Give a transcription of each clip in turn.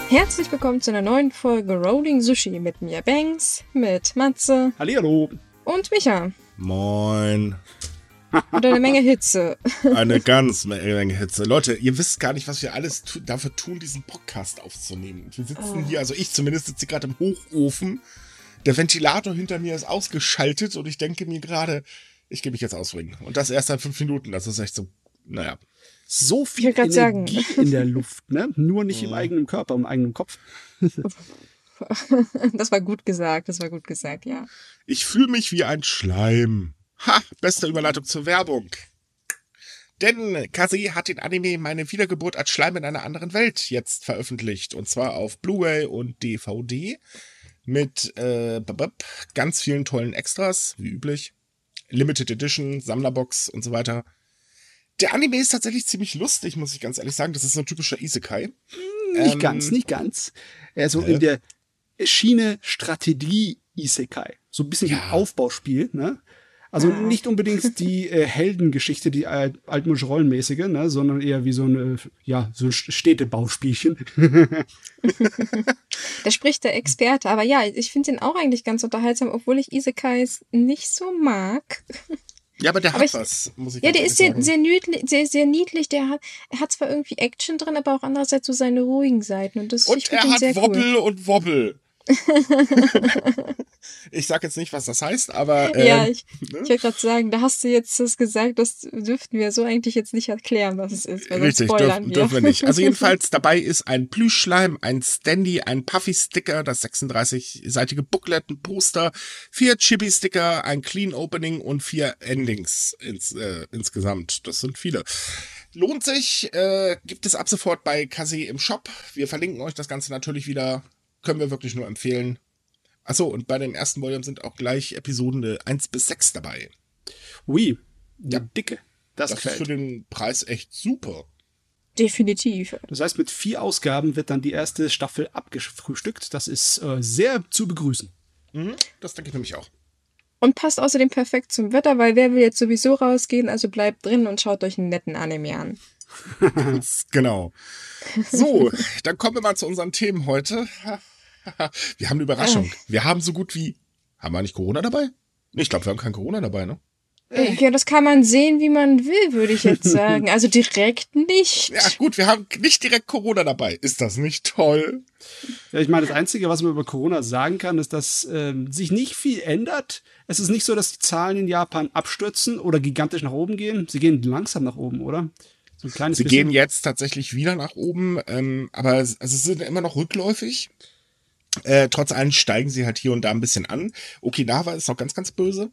Herzlich willkommen zu einer neuen Folge Rolling Sushi mit mir Banks, mit Matze Hallihallo. und Micha. Moin. Und eine Menge Hitze. Eine ganz Menge Hitze. Leute, ihr wisst gar nicht, was wir alles dafür tun, diesen Podcast aufzunehmen. Wir sitzen hier, also ich zumindest sitze gerade im Hochofen. Der Ventilator hinter mir ist ausgeschaltet und ich denke mir gerade, ich gehe mich jetzt ausbringen. Und das erst seit 5 Minuten. Das ist echt so, naja. So viel Energie in der Luft, ne? Nur nicht im eigenen Körper, im eigenen Kopf. Das war gut gesagt, ja. Ich fühle mich wie ein Schleim. Ha, beste Überleitung zur Werbung. Denn Kaze hat den Anime Meine Wiedergeburt als Schleim in einer anderen Welt jetzt veröffentlicht. Und zwar auf Blu-ray und DVD mit ganz vielen tollen Extras, wie üblich. Limited Edition, Sammlerbox und so weiter. Der Anime ist tatsächlich ziemlich lustig, muss ich ganz ehrlich sagen. Das ist so ein typischer Isekai. Nicht ganz. Er ist so in der Schiene Strategie-Isekai. So ein bisschen wie Aufbauspiel, ne? Also nicht unbedingt die Heldengeschichte, die altmodische Rollenmäßige, ne, sondern eher wie so ein Städtebauspielchen. Da spricht der Experte, aber ja, ich finde den auch eigentlich ganz unterhaltsam, obwohl ich Isekais nicht so mag. Ja, aber der hat was, muss ich sagen. Ja, der ist sehr niedlich. Er hat zwar irgendwie Action drin, aber auch andererseits so seine ruhigen Seiten. Und er hat Wobbel und Wobbel. Ich sag jetzt nicht, was das heißt, aber... ich wollte gerade sagen, da hast du jetzt das gesagt, das dürften wir so eigentlich jetzt nicht erklären, was es ist. Weil richtig, dürfen wir nicht. Also jedenfalls dabei ist ein Plüschschleim, ein Standy, ein Puffy-Sticker, das 36-seitige Booklet, ein Poster, 4 Chibi-Sticker, ein Clean Opening und 4 Endings insgesamt. Das sind viele. Lohnt sich, gibt es ab sofort bei Kaze im Shop. Wir verlinken euch das Ganze natürlich wieder. Können wir wirklich nur empfehlen. Achso, und bei dem ersten Volume sind auch gleich Episoden 1 bis 6 dabei. Ui, dicke. Das ist für den Preis echt super. Definitiv. Das heißt, mit 4 Ausgaben wird dann die erste Staffel abgefrühstückt. Das ist sehr zu begrüßen. Das denke ich nämlich auch. Und passt außerdem perfekt zum Wetter, weil wer will jetzt sowieso rausgehen, also bleibt drin und schaut euch einen netten Anime an. Genau. So, dann kommen wir mal zu unseren Themen heute. Wir haben eine Überraschung. Wir haben so gut wie... Haben wir nicht Corona dabei? Ich glaube, wir haben kein Corona dabei, ne? Ja, das kann man sehen, wie man will, würde ich jetzt sagen. Also direkt nicht. Ja gut, wir haben nicht direkt Corona dabei. Ist das nicht toll? Ja, ich meine, das Einzige, was man über Corona sagen kann, ist, dass sich nicht viel ändert. Es ist nicht so, dass die Zahlen in Japan abstürzen oder gigantisch nach oben gehen. Sie gehen langsam nach oben, oder? So ein kleines bisschen. Gehen jetzt tatsächlich wieder nach oben, aber sie sind immer noch rückläufig. Trotz allem steigen sie halt hier und da ein bisschen an. Okinawa ist noch ganz, ganz böse.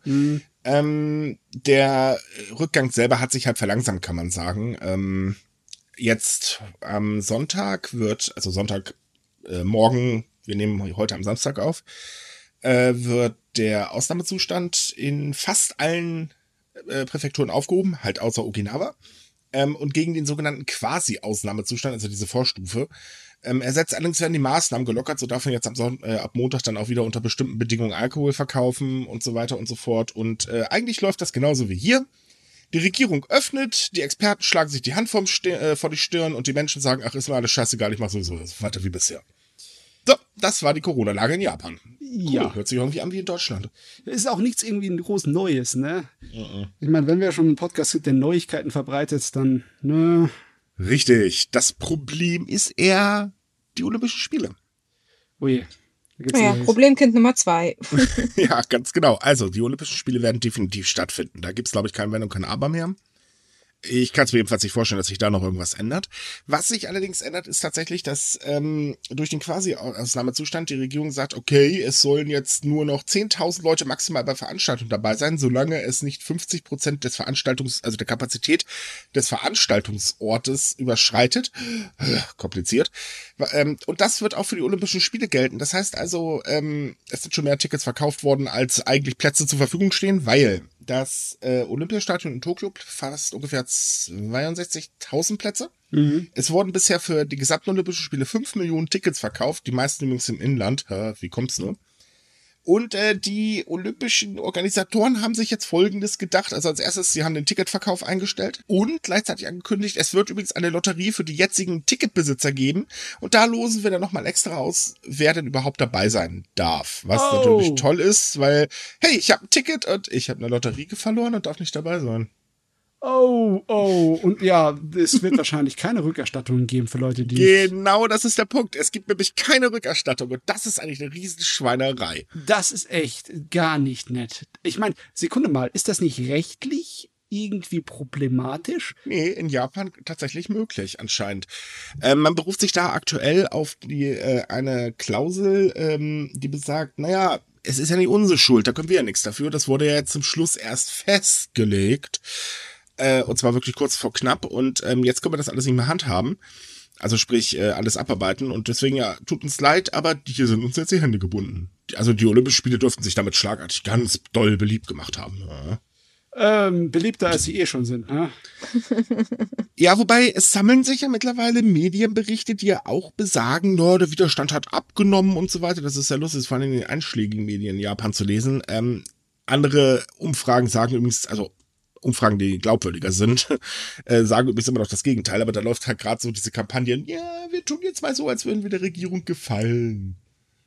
Der Rückgang selber hat sich halt verlangsamt, kann man sagen. Jetzt am Sonntag morgen, wir nehmen heute am Samstag auf, wird der Ausnahmezustand in fast allen Präfekturen aufgehoben, halt außer Okinawa. Und gegen den sogenannten Quasi-Ausnahmezustand, also diese Vorstufe, ersetzt. Allerdings werden die Maßnahmen gelockert, so darf man jetzt ab Montag dann auch wieder unter bestimmten Bedingungen Alkohol verkaufen und so weiter und so fort. Und eigentlich läuft das genauso wie hier. Die Regierung öffnet, die Experten schlagen sich die Hand vor die Stirn und die Menschen sagen, ach, ist mir alles scheißegal, ich mach sowieso weiter wie bisher. So, das war die Corona-Lage in Japan. Cool, ja. Hört sich irgendwie an wie in Deutschland. Ist auch nichts irgendwie groß Neues, ne? Ich meine, wenn wir schon einen Podcast gibt, der Neuigkeiten verbreitet, dann, ne? Richtig. Das Problem ist eher die Olympischen Spiele. Ui. Ja, Problemkind Nummer 2. Ja, ganz genau. Also, die Olympischen Spiele werden definitiv stattfinden. Da gibt's, glaube ich, kein Wenn und kein Aber mehr. Ich kann es mir jedenfalls nicht vorstellen, dass sich da noch irgendwas ändert. Was sich allerdings ändert, ist tatsächlich, dass durch den Quasi-Ausnahmezustand die Regierung sagt, okay, es sollen jetzt nur noch 10.000 Leute maximal bei Veranstaltungen dabei sein, solange es nicht 50% der Kapazität des Veranstaltungsortes überschreitet. Kompliziert. Und das wird auch für die Olympischen Spiele gelten. Das heißt also, es sind schon mehr Tickets verkauft worden, als eigentlich Plätze zur Verfügung stehen, weil das Olympiastadion in Tokio fasst ungefähr 62.000 Plätze. Es wurden bisher für die gesamten Olympischen Spiele 5 Millionen Tickets verkauft, die meisten übrigens im Inland. Wie kommt's nur? Und die olympischen Organisatoren haben sich jetzt Folgendes gedacht. Also als erstes, sie haben den Ticketverkauf eingestellt und gleichzeitig angekündigt, es wird übrigens eine Lotterie für die jetzigen Ticketbesitzer geben. Und da losen wir dann nochmal extra aus, wer denn überhaupt dabei sein darf. Was natürlich toll ist, weil, hey, ich habe ein Ticket und ich habe eine Lotterie verloren und darf nicht dabei sein. Und ja, es wird wahrscheinlich keine Rückerstattungen geben für Leute, die... Genau, das ist der Punkt. Es gibt nämlich keine Rückerstattung und das ist eigentlich eine Riesenschweinerei. Das ist echt gar nicht nett. Ich meine, Sekunde mal, ist das nicht rechtlich irgendwie problematisch? Nee, in Japan tatsächlich möglich, anscheinend. Man beruft sich da aktuell auf eine Klausel, die besagt, naja, es ist ja nicht unsere Schuld, da können wir ja nichts dafür. Das wurde ja jetzt zum Schluss erst festgelegt. Und zwar wirklich kurz vor knapp. Und jetzt können wir das alles nicht mehr handhaben. Also sprich, alles abarbeiten. Und deswegen, ja, tut uns leid, aber hier sind uns jetzt die Hände gebunden. Also die Olympischen Spiele dürften sich damit schlagartig ganz doll beliebt gemacht haben. Ja. Beliebter als sie schon sind, ne? Ja, wobei es sammeln sich ja mittlerweile Medienberichte, die ja auch besagen, der Widerstand hat abgenommen und so weiter. Das ist ja lustig, vor allem in den einschlägigen Medien in Japan zu lesen. Andere Umfragen sagen übrigens, also Umfragen, die glaubwürdiger sind, sagen übrigens immer noch das Gegenteil, aber da läuft halt gerade so diese Kampagne, ja, wir tun jetzt mal so, als würden wir der Regierung gefallen.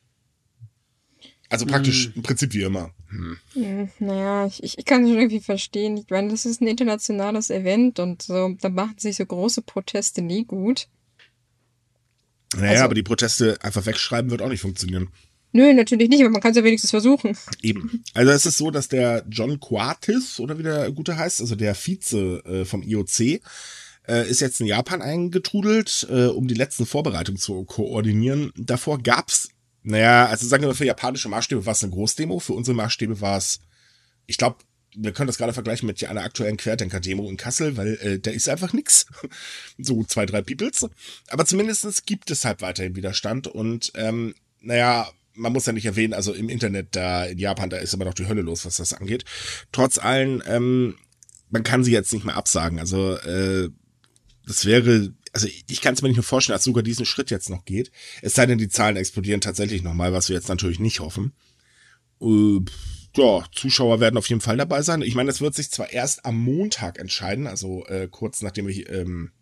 Also praktisch im Prinzip wie immer. Naja, ich kann es schon irgendwie verstehen. Ich meine, das ist ein internationales Event und so, da machen sich so große Proteste nie gut. Naja, Also, aber die Proteste einfach wegschreiben wird auch nicht funktionieren. nö, natürlich nicht, aber man kann es ja wenigstens versuchen. Eben. Also es ist so, dass der John Coates, oder wie der Gute heißt, also der Vize vom IOC, ist jetzt in Japan eingetrudelt, um die letzten Vorbereitungen zu koordinieren. Davor gab's, also sagen wir mal, für japanische Maßstäbe war es eine Großdemo, für unsere Maßstäbe war es, ich glaube, wir können das gerade vergleichen mit einer aktuellen Querdenker-Demo in Kassel, weil da ist einfach nix. So 2, 3 Peoples. Aber zumindest gibt es halt weiterhin Widerstand und man muss ja nicht erwähnen, also im Internet da in Japan, da ist immer noch die Hölle los, was das angeht. Trotz allem, man kann sie jetzt nicht mehr absagen. Also das wäre, also ich kann es mir nicht mehr vorstellen, dass sogar diesen Schritt jetzt noch geht. Es sei denn, die Zahlen explodieren tatsächlich nochmal, was wir jetzt natürlich nicht hoffen. Zuschauer werden auf jeden Fall dabei sein. Ich meine, es wird sich zwar erst am Montag entscheiden, also kurz nachdem wir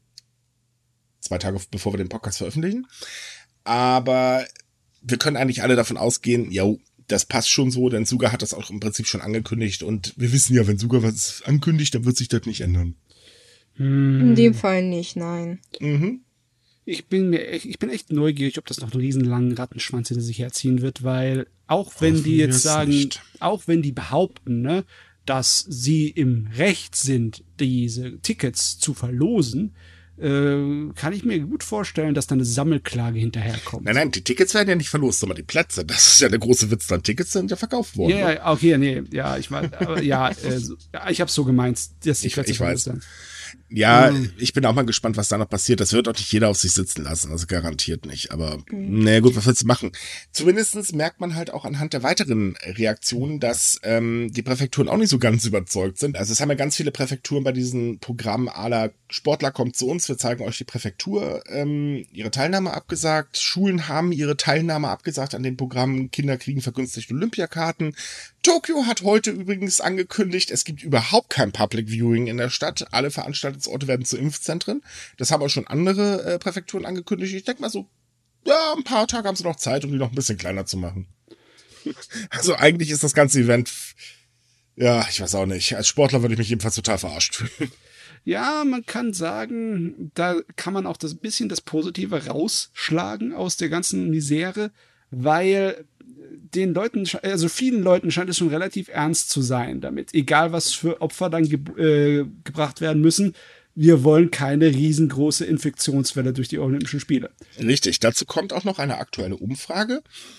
2 Tage bevor wir den Podcast veröffentlichen, aber wir können eigentlich alle davon ausgehen, das passt schon so, denn Suga hat das auch im Prinzip schon angekündigt und wir wissen ja, wenn Suga was ankündigt, dann wird sich das nicht ändern. In dem Fall nicht, nein. Mhm. Ich bin echt neugierig, ob das noch einen riesenlangen Rattenschwanz hinter sich herziehen wird, weil auch wenn die jetzt sagen, auch wenn die behaupten, ne, dass sie im Recht sind, diese Tickets zu verlosen, kann ich mir gut vorstellen, dass da eine Sammelklage hinterherkommt. Nein, die Tickets werden ja nicht verlost, sondern die Plätze. Das ist ja der große Witz dran. Tickets sind ja verkauft worden. Ja, okay, nee, ja, ich meine, ich hab's so gemeint, dass die Plätze verlost werden. Ja, ich bin auch mal gespannt, was da noch passiert. Das wird auch nicht jeder auf sich sitzen lassen, also garantiert nicht. Aber naja gut, was willst du machen? Zumindestens merkt man halt auch anhand der weiteren Reaktionen, dass die Präfekturen auch nicht so ganz überzeugt sind. Also es haben ja ganz viele Präfekturen bei diesen Programmen à la Sportler kommt zu uns, wir zeigen euch die Präfektur, ihre Teilnahme abgesagt. Schulen haben ihre Teilnahme abgesagt an den Programmen. Kinder kriegen vergünstigte Olympiakarten. Tokio hat heute übrigens angekündigt, es gibt überhaupt kein Public Viewing in der Stadt. Alle Veranstaltungsorte werden zu Impfzentren. Das haben auch schon andere Präfekturen angekündigt. Ich denke mal so, ein paar Tage haben sie noch Zeit, um die noch ein bisschen kleiner zu machen. Also eigentlich ist das ganze Event, ich weiß auch nicht. Als Sportler würde ich mich jedenfalls total verarscht fühlen. Ja, man kann sagen, da kann man auch das Positive rausschlagen aus der ganzen Misere, weil den Leuten, also vielen Leuten scheint es schon relativ ernst zu sein damit. Egal, was für Opfer dann gebracht werden müssen. Wir wollen keine riesengroße Infektionswelle durch die Olympischen Spiele. Richtig. Dazu kommt auch noch eine aktuelle Umfrage.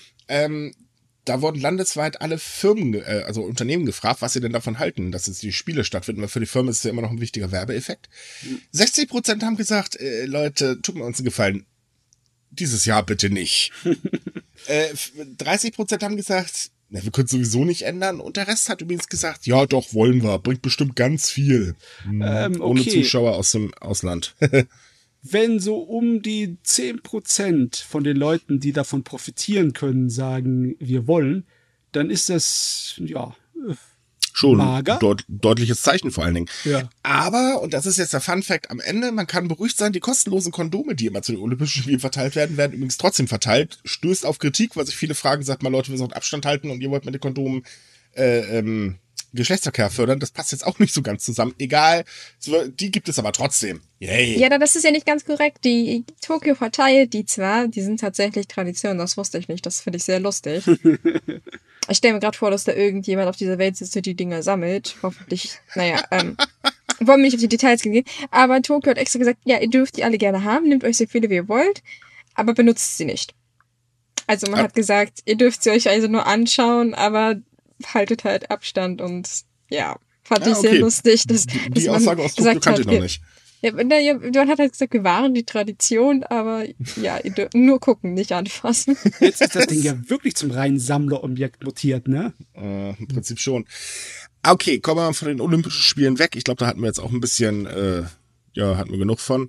Da wurden landesweit alle Firmen, also Unternehmen gefragt, was sie denn davon halten, dass jetzt die Spiele stattfinden, weil für die Firmen ist es ja immer noch ein wichtiger Werbeeffekt. 60% haben gesagt, Leute, tut mir uns einen Gefallen, dieses Jahr bitte nicht. 30% haben gesagt, wir können es sowieso nicht ändern. Und der Rest hat übrigens gesagt, ja doch, wollen wir, bringt bestimmt ganz viel. Ohne Zuschauer aus dem Ausland. Wenn so um die 10% von den Leuten, die davon profitieren können, sagen, wir wollen, dann ist das, ja, schon mager. Deutliches Zeichen vor allen Dingen. Ja. Aber, und das ist jetzt der Fun-Fact am Ende, man kann beruhigt sein, die kostenlosen Kondome, die immer zu den Olympischen Spielen verteilt werden, werden übrigens trotzdem verteilt. Stößt auf Kritik, weil sich viele fragen, sagt mal, Leute, wir sollen Abstand halten und ihr wollt mit den Kondomen Geschlechtsverkehr fördern. Das passt jetzt auch nicht so ganz zusammen. Egal, die gibt es aber trotzdem. Yay. Ja, das ist ja nicht ganz korrekt. Die Tokio verteilt die zwar, die sind tatsächlich Tradition, das wusste ich nicht, das finde ich sehr lustig. Ich stelle mir gerade vor, dass da irgendjemand auf dieser Welt sitzt, der die Dinger sammelt. Hoffentlich, wollen wir nicht auf die Details gehen. Aber Tokio hat extra gesagt, ja, ihr dürft die alle gerne haben, nehmt euch so viele, wie ihr wollt, aber benutzt sie nicht. Also man hat gesagt, ihr dürft sie euch also nur anschauen, aber haltet halt Abstand und ja, fand ich sehr lustig. Die Aussage aus Tokio kannte ich noch nicht. Ja, man hat halt gesagt, wir wahren die Tradition, aber ja, ihr dürft nur gucken, nicht anfassen. Jetzt ist das Ding ja wirklich zum reinen Sammlerobjekt mutiert, ne? Im Prinzip schon. Okay, kommen wir mal von den Olympischen Spielen weg. Ich glaube, da hatten wir jetzt auch ein bisschen, hatten wir genug von.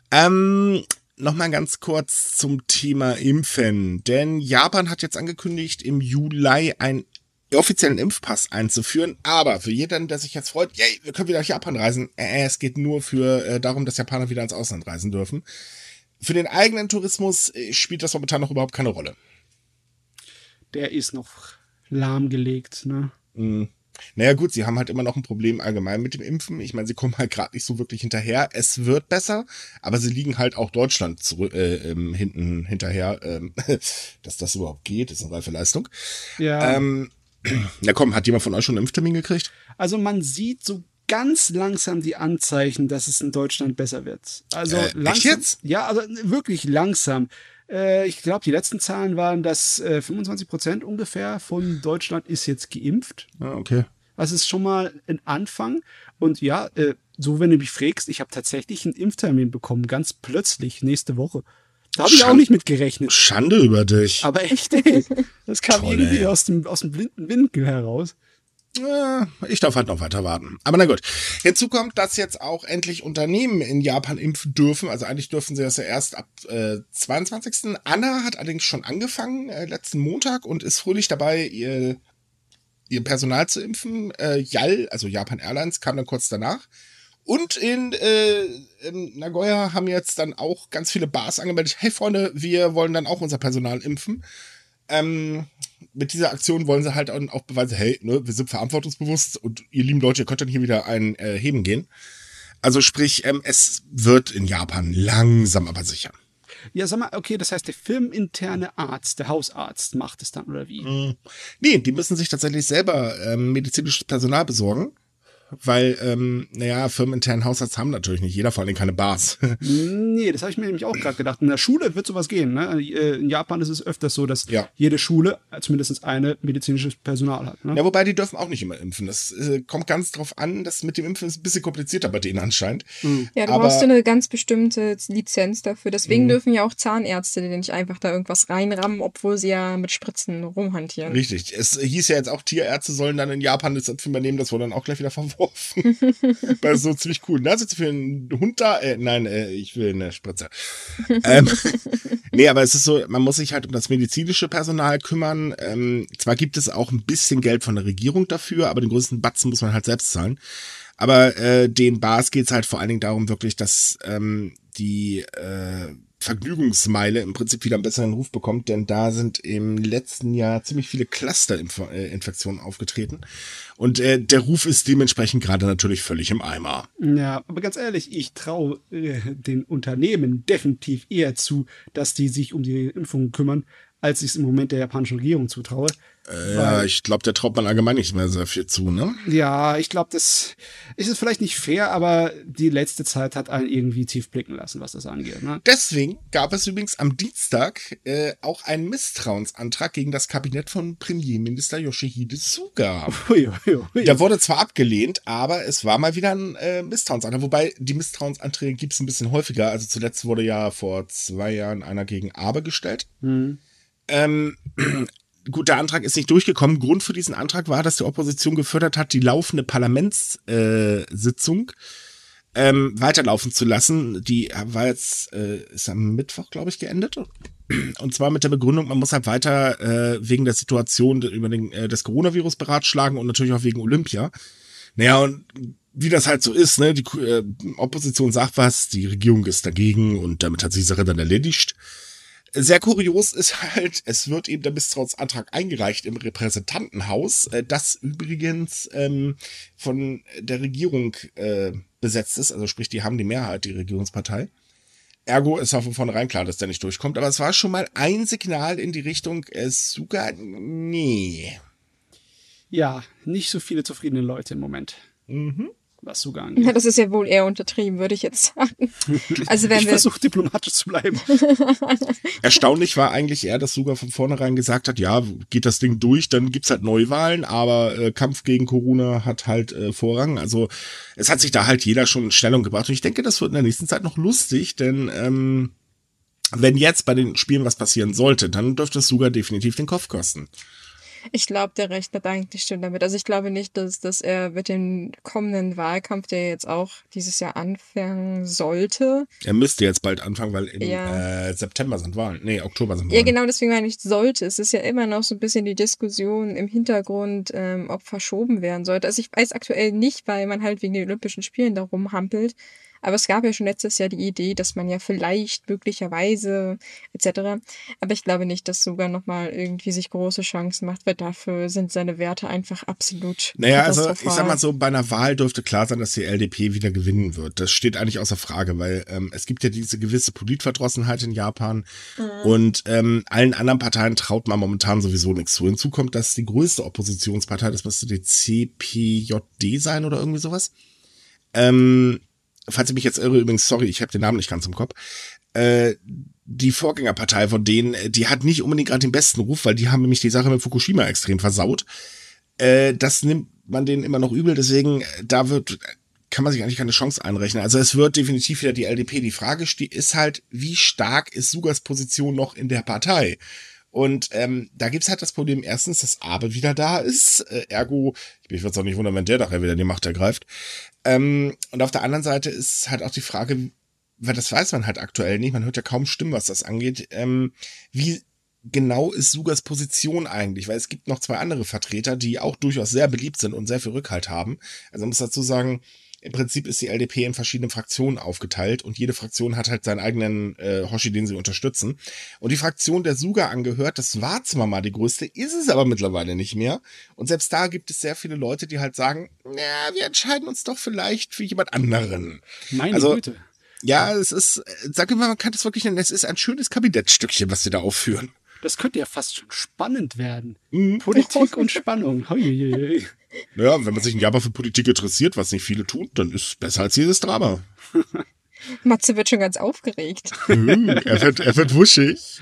Nochmal ganz kurz zum Thema Impfen. Denn Japan hat jetzt angekündigt, im Juli einen offiziellen Impfpass einzuführen, aber für jeden, der sich jetzt freut, yay, wir können wieder nach Japan reisen, es geht nur darum, dass Japaner wieder ins Ausland reisen dürfen. Für den eigenen Tourismus spielt das momentan noch überhaupt keine Rolle. Der ist noch lahmgelegt, ne? Naja gut, sie haben halt immer noch ein Problem allgemein mit dem Impfen. Ich meine, sie kommen halt gerade nicht so wirklich hinterher. Es wird besser, aber sie liegen halt auch Deutschland hinterher, dass das überhaupt geht, ist eine reife Leistung. Ja. Na komm, hat jemand von euch schon einen Impftermin gekriegt? Also man sieht so ganz langsam die Anzeichen, dass es in Deutschland besser wird. Also langsam. Echt jetzt? Ja, also wirklich langsam. Ich glaube, die letzten Zahlen waren, dass 25% ungefähr von Deutschland ist jetzt geimpft. Ah, okay. Das ist schon mal ein Anfang. Und ja, so wenn du mich fragst, ich habe tatsächlich einen Impftermin bekommen, ganz plötzlich, nächste Woche. Da habe ich auch nicht mit gerechnet. Schande über dich. Aber echt, ey. Das kam Toll, irgendwie ey. aus dem blinden Winkel heraus. Ich darf halt noch weiter warten. Aber na gut. Hinzu kommt, dass jetzt auch endlich Unternehmen in Japan impfen dürfen. Also eigentlich dürfen sie das ja erst ab 22. Anna hat allerdings schon angefangen, letzten Montag, und ist fröhlich dabei, ihr Personal zu impfen. YAL, also Japan Airlines, kam dann kurz danach. Und in Nagoya haben jetzt dann auch ganz viele Bars angemeldet, hey Freunde, wir wollen dann auch unser Personal impfen. Mit dieser Aktion wollen sie halt auch beweisen, hey, ne, wir sind verantwortungsbewusst und ihr lieben Leute, ihr könnt dann hier wieder ein Heben gehen. Also sprich, es wird in Japan langsam aber sicher. Ja, sag mal, okay, das heißt, der firmeninterne Arzt, der Hausarzt macht es dann, oder wie? Nee, die müssen sich tatsächlich selber medizinisches Personal besorgen. Weil, firmenintern Hausarzt haben natürlich nicht jeder, vor allem keine Bars. Nee, das habe ich mir nämlich auch gerade gedacht. In der Schule wird sowas gehen. Ne? In Japan ist es öfters so, dass jede Schule zumindest eine medizinisches Personal hat. Ne? Ja, wobei die dürfen auch nicht immer impfen. Das kommt ganz drauf an, dass mit dem Impfen ist ein bisschen komplizierter bei denen anscheinend. Ja, du brauchst eine ganz bestimmte Lizenz dafür. Deswegen dürfen ja auch Zahnärzte die nicht einfach da irgendwas reinrammen, obwohl sie ja mit Spritzen rumhantieren. Richtig. Es hieß ja jetzt auch, Tierärzte sollen dann in Japan das übernehmen. Das wurde dann auch gleich wieder verworfen. Weil es so ziemlich cool. Na, sitzt für einen Hund da? Ich will eine Spritze. Nee, aber es ist so, man muss sich halt um das medizinische Personal kümmern. Zwar gibt es auch ein bisschen Geld von der Regierung dafür, aber den größten Batzen muss man halt selbst zahlen. Aber den Bars geht es halt vor allen Dingen darum wirklich, dass die Vergnügungsmeile im Prinzip wieder einen besseren Ruf bekommt, denn da sind im letzten Jahr ziemlich viele Cluster-Infektionen aufgetreten. Und der Ruf ist dementsprechend gerade natürlich völlig im Eimer. Ja, aber ganz ehrlich, ich traue den Unternehmen definitiv eher zu, dass die sich um die Impfungen kümmern, als ich es im Moment der japanischen Regierung zutraue. Ja, ich glaube, der traut man allgemein nicht mehr sehr viel zu, ne? Ja, ich glaube, das ist vielleicht nicht fair, aber die letzte Zeit hat einen irgendwie tief blicken lassen, was das angeht. Ne? Deswegen gab es übrigens am Dienstag auch einen Misstrauensantrag gegen das Kabinett von Premierminister Yoshihide Suga. Ui. Der wurde zwar abgelehnt, aber es war mal wieder ein Misstrauensantrag. Wobei, die Misstrauensanträge gibt es ein bisschen häufiger. Also zuletzt wurde ja vor 2 Jahren einer gegen Abe gestellt. Gut, der Antrag ist nicht durchgekommen. Grund für diesen Antrag war, dass die Opposition gefördert hat, die laufende Parlamentssitzung weiterlaufen zu lassen. Die war jetzt, ist am Mittwoch, glaube ich, geendet. Und zwar mit der Begründung, man muss halt weiter wegen der Situation über des Coronavirus beratschlagen und natürlich auch wegen Olympia. Naja, und wie das halt so ist, ne, die Opposition sagt was, die Regierung ist dagegen und damit hat sich die Sache dann erledigt. Sehr kurios ist halt, es wird eben der Misstrauensantrag eingereicht im Repräsentantenhaus, das übrigens von der Regierung besetzt ist, also sprich, die haben die Mehrheit, die Regierungspartei. Ergo ist auch von vornherein klar, dass der nicht durchkommt, aber es war schon mal ein Signal in die Richtung, sogar, nee. Ja, nicht so viele zufriedene Leute im Moment. Mhm. Was sogar angeht. Ja, das ist ja wohl eher untertrieben, würde ich jetzt sagen. Also wenn ich versuche diplomatisch zu bleiben. Erstaunlich war eigentlich eher, dass Suga von vornherein gesagt hat, ja, geht das Ding durch, dann gibt's halt Neuwahlen, aber Kampf gegen Corona hat halt Vorrang. Also es hat sich da halt jeder schon in Stellung gebracht und ich denke, das wird in der nächsten Zeit noch lustig, denn wenn jetzt bei den Spielen was passieren sollte, dann dürfte es Suga definitiv den Kopf kosten. Ich glaube, der rechnet eigentlich schon damit. Also ich glaube nicht, dass er mit dem kommenden Wahlkampf, der jetzt auch dieses Jahr anfangen sollte. Er müsste jetzt bald anfangen, weil im September sind Wahlen. Nee, Oktober sind Wahlen. Ja, genau, deswegen meine ich, sollte. Es ist ja immer noch so ein bisschen die Diskussion im Hintergrund, ob verschoben werden sollte. Also ich weiß aktuell nicht, weil man halt wegen den Olympischen Spielen da rumhampelt. Aber es gab ja schon letztes Jahr die Idee, dass man ja vielleicht möglicherweise etc. Aber ich glaube nicht, dass sogar nochmal irgendwie sich große Chancen macht, weil dafür sind seine Werte einfach absolut Naja, also ich sag mal so, bei einer Wahl dürfte klar sein, dass die LDP wieder gewinnen wird. Das steht eigentlich außer Frage, weil es gibt ja diese gewisse Politverdrossenheit in Japan und allen anderen Parteien traut man momentan sowieso nichts zu. Hinzu kommt, dass die größte Oppositionspartei, das müsste die CPJD sein oder irgendwie sowas, falls ich mich jetzt irre, übrigens, sorry, ich habe den Namen nicht ganz im Kopf, die Vorgängerpartei von denen, die hat nicht unbedingt gerade den besten Ruf, weil die haben nämlich die Sache mit Fukushima extrem versaut. Das nimmt man denen immer noch übel, deswegen kann man sich eigentlich keine Chance einrechnen. Also es wird definitiv wieder die LDP. Die Frage ist halt, wie stark ist Sugas Position noch in der Partei? Und da gibt's halt das Problem, erstens, dass Abe wieder da ist, ergo, ich würde es auch nicht wundern, wenn der nachher wieder die Macht ergreift. Und auf der anderen Seite ist halt auch die Frage, weil das weiß man halt aktuell nicht, man hört ja kaum Stimmen, was das angeht, wie genau ist Sugas Position eigentlich? Weil es gibt noch 2 andere Vertreter, die auch durchaus sehr beliebt sind und sehr viel Rückhalt haben. Also man muss dazu sagen, im Prinzip ist die LDP in verschiedene Fraktionen aufgeteilt und jede Fraktion hat halt seinen eigenen Hoshi, den sie unterstützen. Und die Fraktion, der Suga angehört, das war zwar mal die größte, ist es aber mittlerweile nicht mehr. Und selbst da gibt es sehr viele Leute, die halt sagen, na, wir entscheiden uns doch vielleicht für jemand anderen. Meine Güte. Ja, es ist, sag mal, man kann das wirklich nennen, es ist ein schönes Kabinettstückchen, was sie da aufführen. Das könnte ja fast schon spannend werden. Politik und Spannung. Hoi. Ja, wenn man sich in Japan für Politik interessiert, was nicht viele tun, dann ist es besser als jedes Drama. Matze wird schon ganz aufgeregt. Er wird wuschig.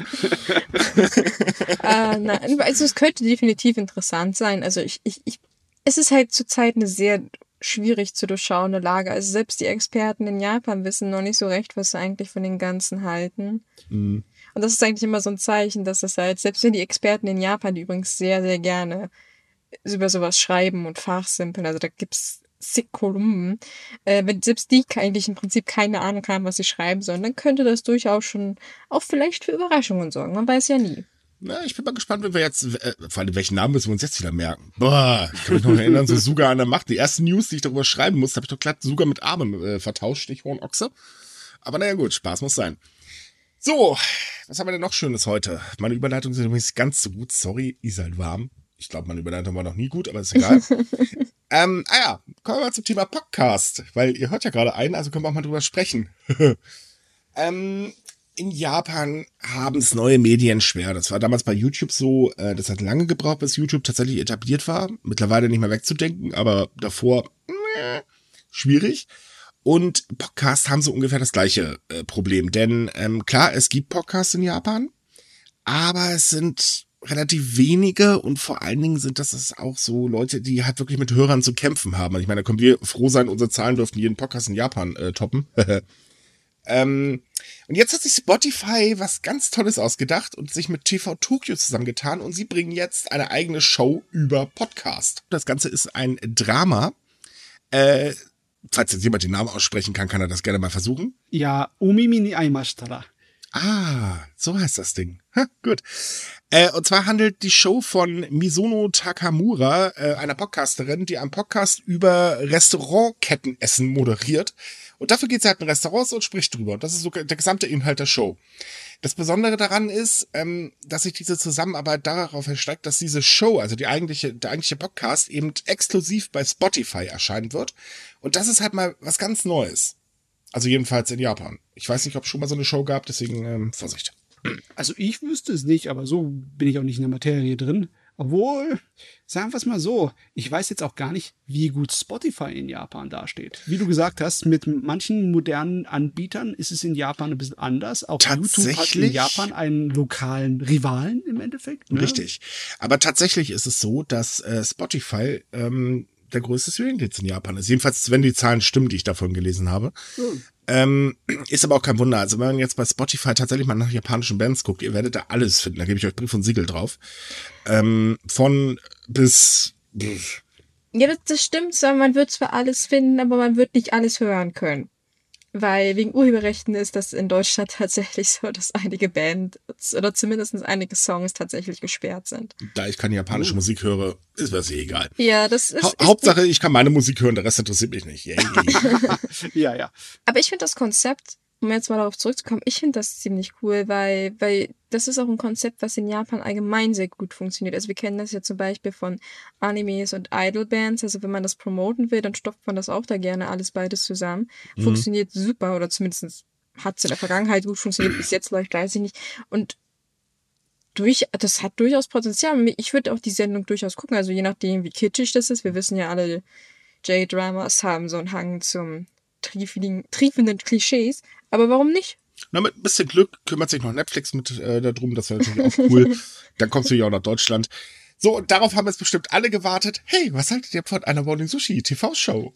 Nein, also es könnte definitiv interessant sein. Also es ist halt zurzeit eine sehr schwierig zu durchschauende Lage. Also selbst die Experten in Japan wissen noch nicht so recht, was sie eigentlich von den Ganzen halten. Und das ist eigentlich immer so ein Zeichen, dass es halt, selbst wenn die Experten in Japan, die übrigens sehr, sehr gerne über sowas schreiben und fachsimpeln, also da gibt's zig Kolumnen, wenn selbst die eigentlich im Prinzip keine Ahnung haben, was sie schreiben sollen, dann könnte das durchaus schon auch vielleicht für Überraschungen sorgen. Man weiß ja nie. Na, ich bin mal gespannt, wenn wir jetzt, vor allem welchen Namen müssen wir uns jetzt wieder merken. Boah, ich kann mich noch erinnern, so Suga an der Macht. Die ersten News, die ich darüber schreiben musste, habe ich doch glatt Suga mit Arme vertauscht, Stichwort Ochse. Aber naja gut, Spaß muss sein. So, was haben wir denn noch Schönes heute? Meine Überleitung sind übrigens ganz so gut. Sorry, ist halt warm. Ich glaube, meine Überleitung war noch nie gut, aber ist egal. Kommen wir mal zum Thema Podcast, weil ihr hört ja gerade einen, also können wir auch mal drüber sprechen. In Japan haben es neue Medien schwer. Das war damals bei YouTube so, das hat lange gebraucht, bis YouTube tatsächlich etabliert war. Mittlerweile nicht mehr wegzudenken, aber davor schwierig. Und Podcasts haben so ungefähr das gleiche Problem. Denn klar, es gibt Podcasts in Japan, aber es sind relativ wenige und vor allen Dingen sind das auch so Leute, die halt wirklich mit Hörern zu kämpfen haben. Ich meine, da können wir froh sein, unsere Zahlen dürften jeden Podcast in Japan toppen. Und jetzt hat sich Spotify was ganz Tolles ausgedacht und sich mit TV Tokyo zusammengetan und sie bringen jetzt eine eigene Show über Podcast. Das Ganze ist ein Drama. Falls jetzt jemand den Namen aussprechen kann, kann er das gerne mal versuchen. Ja, Omimi ni aimashitara. Ah, so heißt das Ding. Ha, gut. Und zwar handelt die Show von Misono Takamura, einer Podcasterin, die einen Podcast über Restaurantkettenessen moderiert. Und dafür geht sie halt in Restaurants und spricht drüber. Und das ist so der gesamte Inhalt der Show. Das Besondere daran ist, dass sich diese Zusammenarbeit darauf erstreckt, dass diese Show, also der eigentliche Podcast, eben exklusiv bei Spotify erscheinen wird. Und das ist halt mal was ganz Neues. Also jedenfalls in Japan. Ich weiß nicht, ob es schon mal so eine Show gab, deswegen Vorsicht. Also ich wüsste es nicht, aber so bin ich auch nicht in der Materie drin. Obwohl, sagen wir es mal so, ich weiß jetzt auch gar nicht, wie gut Spotify in Japan dasteht. Wie du gesagt hast, mit manchen modernen Anbietern ist es in Japan ein bisschen anders. Auch YouTube hat in Japan einen lokalen Rivalen im Endeffekt. Ne? Richtig. Aber tatsächlich ist es so, dass Spotify der größte Streaming-Dienst in Japan ist. Jedenfalls, wenn die Zahlen stimmen, die ich davon gelesen habe. Ist aber auch kein Wunder. Also wenn man jetzt bei Spotify tatsächlich mal nach japanischen Bands guckt, ihr werdet da alles finden. Da gebe ich euch Brief und Siegel drauf. Von bis... Ja, das stimmt. Man wird zwar alles finden, aber man wird nicht alles hören können. Weil wegen Urheberrechten ist das in Deutschland tatsächlich so, dass einige Bands oder zumindest einige Songs tatsächlich gesperrt sind. Da ich keine japanische Musik höre, ist mir eh egal. Ja, das ist... Hauptsache, ich kann meine Musik hören, der Rest interessiert mich nicht. Yeah. Ja. Aber ich finde das Konzept, um jetzt mal darauf zurückzukommen, ich finde das ziemlich cool, weil das ist auch ein Konzept, was in Japan allgemein sehr gut funktioniert. Also wir kennen das ja zum Beispiel von Animes und Idol-Bands. Also wenn man das promoten will, dann stopft man das auch da gerne alles beides zusammen. Funktioniert super oder zumindest hat es in der Vergangenheit gut funktioniert. Bis jetzt läuft, weiß ich nicht. Und das hat durchaus Potenzial. Ich würde auch die Sendung durchaus gucken. Also je nachdem, wie kitschig das ist. Wir wissen ja alle, J-Dramas haben so einen Hang zum triefenden Klischees. Aber warum nicht? Na, mit ein bisschen Glück kümmert sich noch Netflix mit darum, das wäre natürlich auch cool. Dann kommst du ja auch nach Deutschland. So, und darauf haben jetzt bestimmt alle gewartet. Hey, was haltet ihr von einer Morning Sushi TV-Show?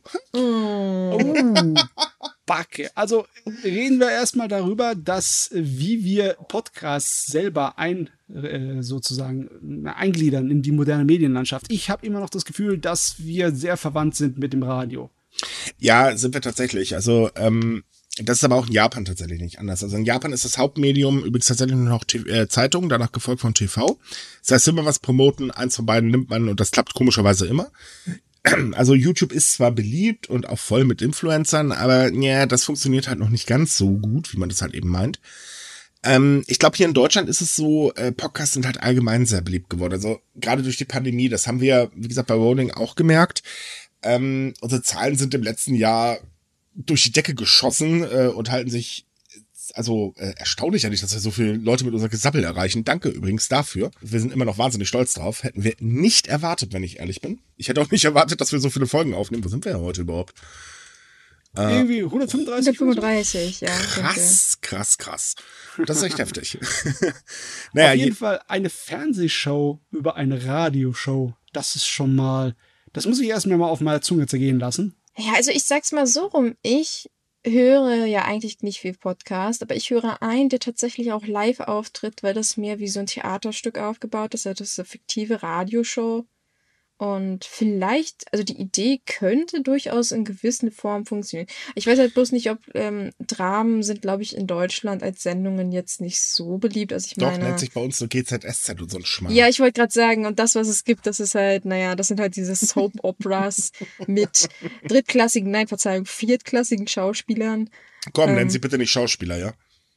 Backe. Also reden wir erstmal darüber, dass wie wir Podcasts selber sozusagen eingliedern in die moderne Medienlandschaft. Ich habe immer noch das Gefühl, dass wir sehr verwandt sind mit dem Radio. Ja, sind wir tatsächlich. Also, das ist aber auch in Japan tatsächlich nicht anders. Also in Japan ist das Hauptmedium übrigens tatsächlich nur noch Zeitung, danach gefolgt von TV. Das heißt, wenn wir was promoten, eins von beiden nimmt man und das klappt komischerweise immer. Also YouTube ist zwar beliebt und auch voll mit Influencern, aber ja, das funktioniert halt noch nicht ganz so gut, wie man das halt eben meint. Ich glaube, hier in Deutschland ist es so, Podcasts sind halt allgemein sehr beliebt geworden. Also gerade durch die Pandemie, das haben wir, wie gesagt, bei Rolling auch gemerkt. Unsere Zahlen sind im letzten Jahr durch die Decke geschossen und halten sich, also erstaunlich eigentlich, dass wir so viele Leute mit unserem Gesabbel erreichen. Danke übrigens dafür. Wir sind immer noch wahnsinnig stolz drauf. Hätten wir nicht erwartet, wenn ich ehrlich bin. Ich hätte auch nicht erwartet, dass wir so viele Folgen aufnehmen. Wo sind wir ja heute überhaupt? Irgendwie 135? 135, ja. Krass. Das ist echt heftig. Naja, auf jeden Fall eine Fernsehshow über eine Radioshow. Das ist schon mal, das muss ich erst mal auf meiner Zunge zergehen lassen. Ja, also ich sag's mal so rum. Ich höre ja eigentlich nicht viel Podcast, aber ich höre einen, der tatsächlich auch live auftritt, weil das mehr wie so ein Theaterstück aufgebaut ist. Also das ist eine fiktive Radioshow. Und vielleicht, also die Idee könnte durchaus in gewissen Form funktionieren. Ich weiß halt bloß nicht, ob Dramen sind, glaube ich, in Deutschland als Sendungen jetzt nicht so beliebt. Also ich Doch, meine, nennt sich bei uns so GZSZ und so ein Schmarrn. Ja, ich wollte gerade sagen, und das, was es gibt, das ist halt, naja, das sind halt diese Soap-Operas mit viertklassigen Schauspielern. Komm, nennen Sie bitte nicht Schauspieler, ja?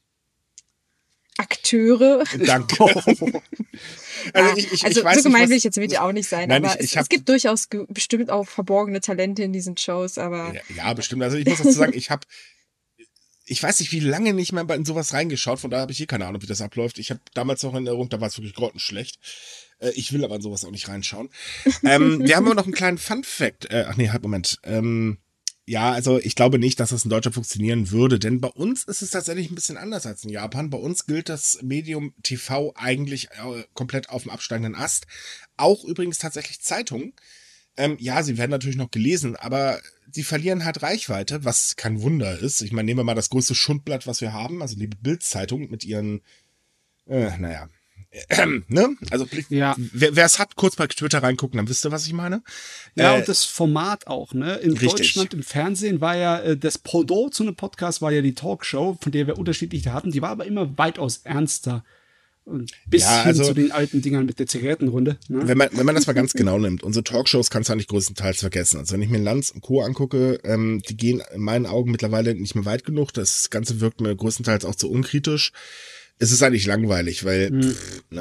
Akteure. Danke. Also, ich also weiß so gemein nicht, will ich jetzt mit dir auch nicht sein, Nein, aber es gibt durchaus bestimmt auch verborgene Talente in diesen Shows, aber... Ja, bestimmt. Also ich muss dazu sagen, ich weiß nicht, wie lange nicht mehr in sowas reingeschaut, von daher habe ich hier keine Ahnung, wie das abläuft. Ich habe damals noch in Erinnerung, da war es wirklich grottenschlecht. Ich will aber in sowas auch nicht reinschauen. Wir haben aber noch einen kleinen Fun-Fact. Moment. Ja, also ich glaube nicht, dass das in Deutschland funktionieren würde, denn bei uns ist es tatsächlich ein bisschen anders als in Japan. Bei uns gilt das Medium TV eigentlich komplett auf dem absteigenden Ast. Auch übrigens tatsächlich Zeitungen. Ja, sie werden natürlich noch gelesen, aber sie verlieren halt Reichweite, was kein Wunder ist. Ich meine, nehmen wir mal das größte Schundblatt, was wir haben, also die Bild-Zeitung mit ihren, Ne? Also Ja. wer es hat, kurz bei Twitter reingucken, dann wisst ihr, was ich meine. Ja, und das Format auch, ne? In Richtig. Deutschland im Fernsehen war ja das Pendant zu einem Podcast, war ja die Talkshow, von der wir unterschiedliche hatten. Die war aber immer weitaus ernster. Und bis hin zu den alten Dingern mit der Zigarettenrunde. Ne? Wenn man das mal ganz genau nimmt, unsere Talkshows kannst du eigentlich größtenteils vergessen. Also wenn ich mir Lanz und Co. angucke, die gehen in meinen Augen mittlerweile nicht mehr weit genug. Das Ganze wirkt mir größtenteils auch zu unkritisch. Es ist eigentlich langweilig, weil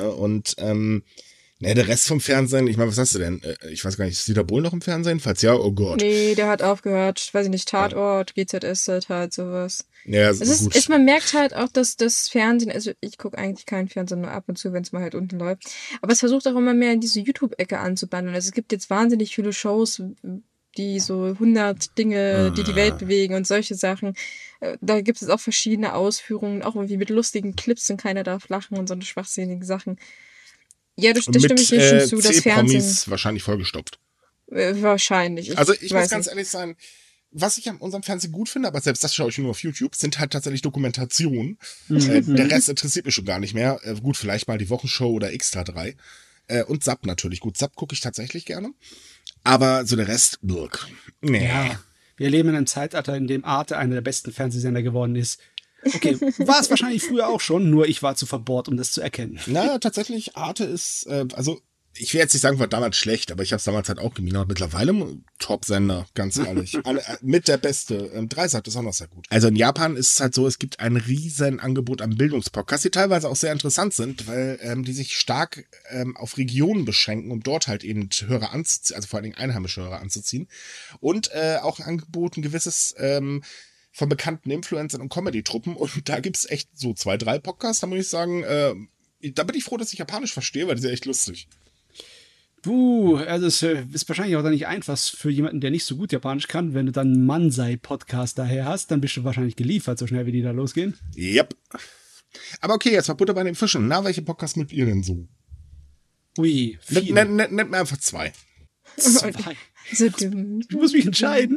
der Rest vom Fernsehen, ich meine, was hast du denn? Ich weiß gar nicht, ist Dieter Bohlen noch im Fernsehen? Falls ja, oh Gott. Nee, der hat aufgehört. Weiß ich nicht, Tatort, GZSZ halt, sowas. Ja, gut. Man merkt halt auch, dass das Fernsehen, also ich gucke eigentlich keinen Fernsehen, nur ab und zu, wenn es mal halt unten läuft. Aber es versucht auch immer mehr in diese YouTube-Ecke anzubandeln. Also es gibt jetzt wahnsinnig viele Shows, die so 100 Dinge, die Welt bewegen und solche Sachen. Da gibt es auch verschiedene Ausführungen, auch irgendwie mit lustigen Clips und keiner darf lachen und so eine schwachsinnigen Sachen. Ja, das stimme ich dir schon zu, das Fernsehen. Wahrscheinlich vollgestopft. Wahrscheinlich. Also ich muss ganz ehrlich sein, was ich an unserem Fernsehen gut finde, aber selbst das schaue ich nur auf YouTube, sind halt tatsächlich Dokumentationen. Der Rest interessiert mich schon gar nicht mehr. Gut, vielleicht mal die Wochenshow oder Extra 3. Und Zapp natürlich. Gut, Zapp gucke ich tatsächlich gerne. Aber so der Rest, nee. Ja, wir leben in einem Zeitalter, in dem Arte einer der besten Fernsehsender geworden ist. Okay, war es wahrscheinlich früher auch schon, nur ich war zu verbohrt, um das zu erkennen. Na, tatsächlich, Arte ist, ich will jetzt nicht sagen, war damals schlecht, aber ich habe es damals halt auch gemieden. Mittlerweile Top-Sender, ganz ehrlich. Mit der Beste. Dreisat ist auch noch sehr gut. Also in Japan ist es halt so, es gibt ein riesen Angebot an Bildungspodcasts, die teilweise auch sehr interessant sind, weil die sich stark auf Regionen beschränken, um dort halt eben Hörer anzuziehen, also vor allen Dingen einheimische Hörer anzuziehen. Und auch ein Angebot, ein gewisses von bekannten Influencern und Comedy-Truppen. Und da gibt's echt so 2, 3 Podcasts, da muss ich sagen, da bin ich froh, dass ich Japanisch verstehe, weil die sind echt lustig. Also es ist wahrscheinlich auch dann nicht einfach für jemanden, der nicht so gut Japanisch kann. Wenn du dann einen Mansei-Podcast daher hast, dann bist du wahrscheinlich geliefert, so schnell wie die da losgehen. Yep. Aber okay, jetzt mal Butter bei den Fischen. Na, welche Podcasts mögt ihr denn so? Ui, nennt mir einfach 2. 2. Du musst mich entscheiden.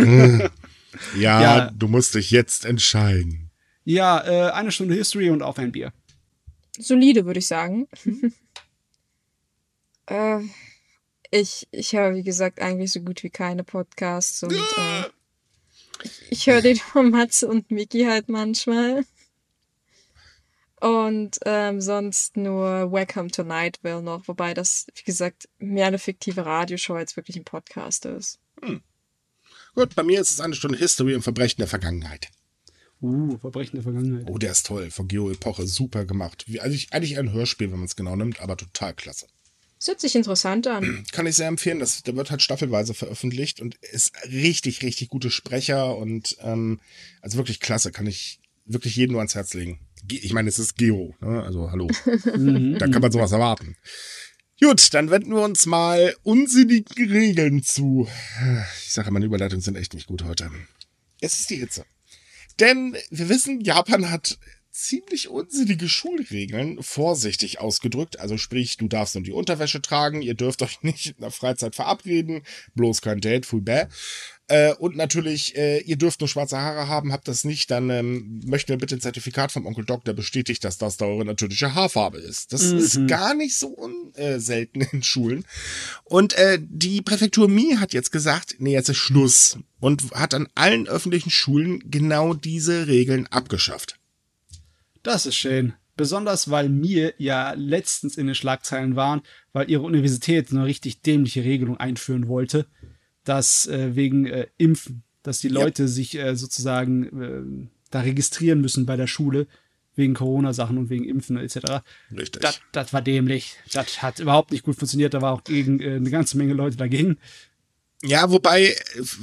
Ja, du musst dich jetzt entscheiden. Ja, 1 Stunde History und auf ein Bier. Solide, würde ich sagen. Ich höre, wie gesagt, eigentlich so gut wie keine Podcasts und ich höre den von Matze und Miki halt manchmal. Und sonst nur Welcome to Nightville noch, wobei das, wie gesagt, mehr eine fiktive Radioshow als wirklich ein Podcast ist. Gut, bei mir ist es 1 Stunde History und Verbrechen der Vergangenheit. Verbrechen der Vergangenheit. Oh, der ist toll, von Geo Epoche, super gemacht. Eigentlich ein Hörspiel, wenn man es genau nimmt, aber total klasse. Das hört sich interessant an. Kann ich sehr empfehlen, der wird halt staffelweise veröffentlicht und ist richtig, richtig gute Sprecher und also wirklich klasse, kann ich wirklich jedem nur ans Herz legen. Ich meine, es ist Geo, ne? Also hallo, da kann man sowas erwarten. Gut, dann wenden wir uns mal unsinnigen Regeln zu. Ich sage, meine Überleitungen sind echt nicht gut heute. Es ist die Hitze. Denn wir wissen, Japan hat ziemlich unsinnige Schulregeln, vorsichtig ausgedrückt. Also sprich, du darfst nur die Unterwäsche tragen, ihr dürft euch nicht in der Freizeit verabreden, bloß kein Date, fui bäh. Und natürlich, ihr dürft nur schwarze Haare haben, habt das nicht, dann möchten wir bitte ein Zertifikat vom Onkel Doc, der bestätigt, dass das da eure natürliche Haarfarbe ist. Das ist gar nicht so selten in Schulen. Und die Präfektur Mie hat jetzt gesagt, nee, jetzt ist Schluss. Und hat an allen öffentlichen Schulen genau diese Regeln abgeschafft. Das ist schön. Besonders, weil mir ja letztens in den Schlagzeilen waren, weil ihre Universität eine richtig dämliche Regelung einführen wollte, dass wegen Impfen, dass die Leute sich sozusagen da registrieren müssen bei der Schule, wegen Corona-Sachen und wegen Impfen etc. Richtig. Das war dämlich. Das hat überhaupt nicht gut funktioniert. Da war auch eine ganze Menge Leute dagegen. Ja, wobei,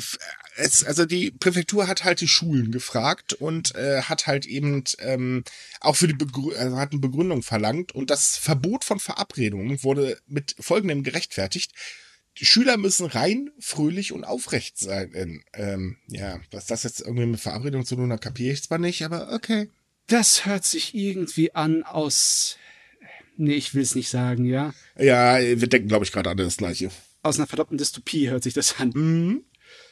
also die Präfektur hat halt die Schulen gefragt und hat halt eben auch für die hat eine Begründung verlangt und das Verbot von Verabredungen wurde mit folgendem gerechtfertigt. Die Schüler müssen rein, fröhlich und aufrecht sein. Was das jetzt irgendwie mit Verabredung zu tun hat, kapiere ich zwar nicht, aber okay. Das hört sich irgendwie an nee, ich will es nicht sagen, ja? Ja, wir denken, glaube ich, gerade an das Gleiche. Aus einer verdammten Dystopie hört sich das an. Mhm.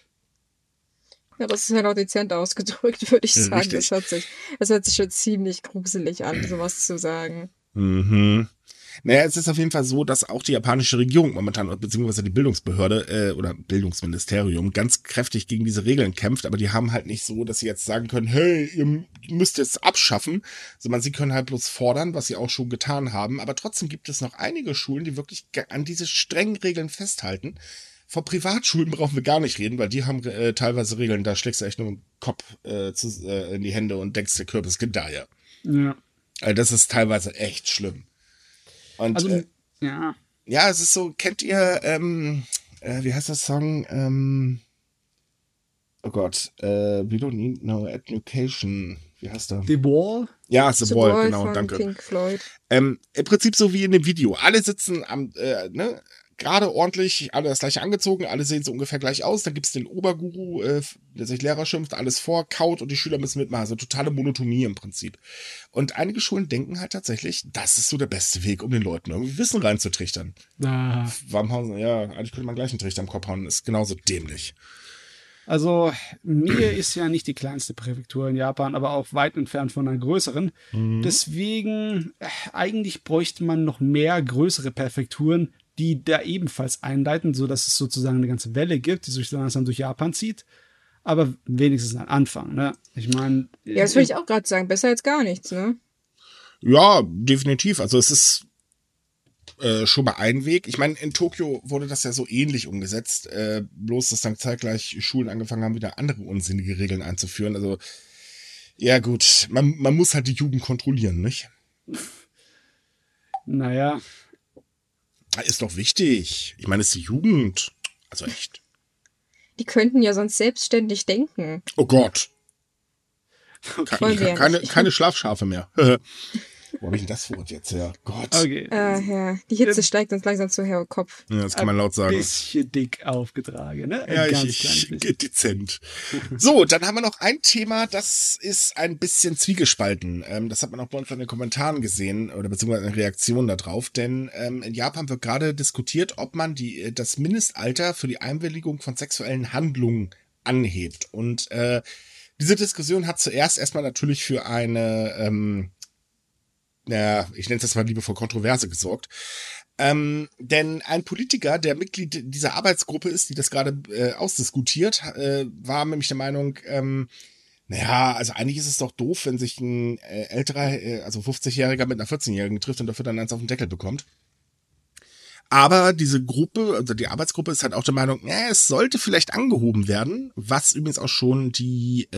Ja, das ist ja noch dezent ausgedrückt, würde ich sagen. Richtig. Das hört sich schon ziemlich gruselig an, sowas zu sagen. Mhm. Naja, es ist auf jeden Fall so, dass auch die japanische Regierung momentan, beziehungsweise die Bildungsbehörde oder Bildungsministerium ganz kräftig gegen diese Regeln kämpft, aber die haben halt nicht so, dass sie jetzt sagen können, hey, ihr müsst jetzt abschaffen, sondern sie können halt bloß fordern, was sie auch schon getan haben, aber trotzdem gibt es noch einige Schulen, die wirklich an diese strengen Regeln festhalten. Vor Privatschulen brauchen wir gar nicht reden, weil die haben teilweise Regeln, da schlägst du echt nur den Kopf in die Hände und denkst, der Kürbis da ja. Ja. Also das ist teilweise echt schlimm. Und, Also, ja. Ja, es ist so, kennt ihr, wie heißt das Song? Oh Gott, We Don't Need No Education. Wie heißt der? The Wall? Ja, The Wall, genau, von danke. Pink Floyd. Im Prinzip so wie in dem Video. Alle sitzen am, gerade ordentlich, alle das gleiche angezogen, alle sehen so ungefähr gleich aus. Dann gibt's den Oberguru, der sich Lehrer schimpft, alles vorkaut und die Schüler müssen mitmachen. Also totale Monotonie im Prinzip. Und einige Schulen denken halt tatsächlich, das ist so der beste Weg, um den Leuten irgendwie Wissen reinzutrichtern. Warum haben sie, ja, eigentlich könnte man gleich einen Trichter im Kopf hauen, ist genauso dämlich. Also, Mie ist ja nicht die kleinste Präfektur in Japan, aber auch weit entfernt von einer größeren. Deswegen, eigentlich bräuchte man noch mehr größere Präfekturen, die da ebenfalls einleiten, sodass es sozusagen eine ganze Welle gibt, die sich langsam durch Japan zieht. Aber wenigstens ein Anfang, ne? Ich meine. Ja, das würde ich auch gerade sagen. Besser als gar nichts, ne? Ja, definitiv. Also es ist schon mal ein Weg. Ich meine, in Tokio wurde das ja so ähnlich umgesetzt, bloß dass dann zeitgleich Schulen angefangen haben, wieder andere unsinnige Regeln einzuführen. Also, ja gut, man muss halt die Jugend kontrollieren, nicht? Naja. Ist doch wichtig. Ich meine, es ist die Jugend. Also echt. Die könnten ja sonst selbstständig denken. Oh Gott. Wollen wir ja nicht. Keine Schlafschafe mehr. Wo habe ich denn das Wort jetzt her? Gott. Okay. Ja, die Hitze steigt uns langsam zu Herr Kopf. Ja, das kann man laut sagen. Ein bisschen dick aufgetragen, ne? Ja, Ganz ich klein bisschen. dezent. So, dann haben wir noch ein Thema, das ist ein bisschen zwiegespalten. Das hat man auch bei uns in den Kommentaren gesehen oder beziehungsweise in Reaktionen darauf, denn in Japan wird gerade diskutiert, ob man das Mindestalter für die Einwilligung von sexuellen Handlungen anhebt. Und diese Diskussion hat zuerst erstmal natürlich für eine ich nenne es jetzt mal liebevoll Kontroverse gesorgt. Denn ein Politiker, der Mitglied dieser Arbeitsgruppe ist, die das gerade ausdiskutiert, war nämlich der Meinung, also eigentlich ist es doch doof, wenn sich ein älterer, also 50-Jähriger mit einer 14-Jährigen trifft und dafür dann eins auf den Deckel bekommt. Aber diese Gruppe, also die Arbeitsgruppe ist halt auch der Meinung, es sollte vielleicht angehoben werden, was übrigens auch schon die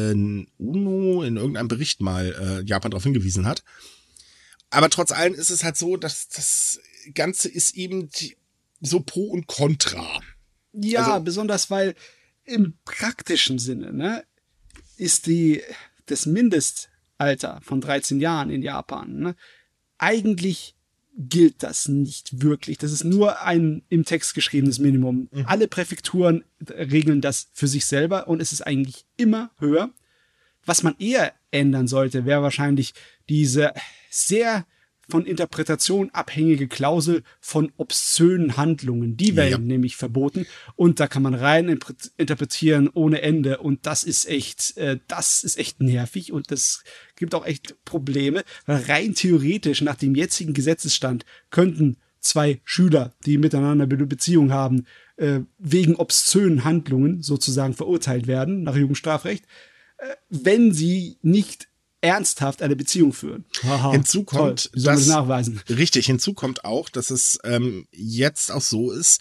UNO in irgendeinem Bericht mal Japan darauf hingewiesen hat. Aber trotz allem ist es halt so, dass das Ganze ist eben so pro und contra. Ja, also, besonders weil im praktischen Sinne, ne, ist das Mindestalter von 13 Jahren in Japan, ne, eigentlich gilt das nicht wirklich. Das ist nur ein im Text geschriebenes Minimum. Alle Präfekturen regeln das für sich selber und es ist eigentlich immer höher. Was man eher ändern sollte, wäre wahrscheinlich diese sehr von Interpretation abhängige Klausel von obszönen Handlungen. Die werden nämlich verboten und da kann man rein interpretieren ohne Ende und das ist echt nervig und das gibt auch echt Probleme, weil rein theoretisch nach dem jetzigen Gesetzesstand könnten zwei Schüler, die miteinander eine Beziehung haben, wegen obszönen Handlungen sozusagen verurteilt werden nach Jugendstrafrecht, wenn sie nicht ernsthaft eine Beziehung führen. Haha, hinzu kommt, nachweisen. Richtig, hinzu kommt auch, dass es jetzt auch so ist,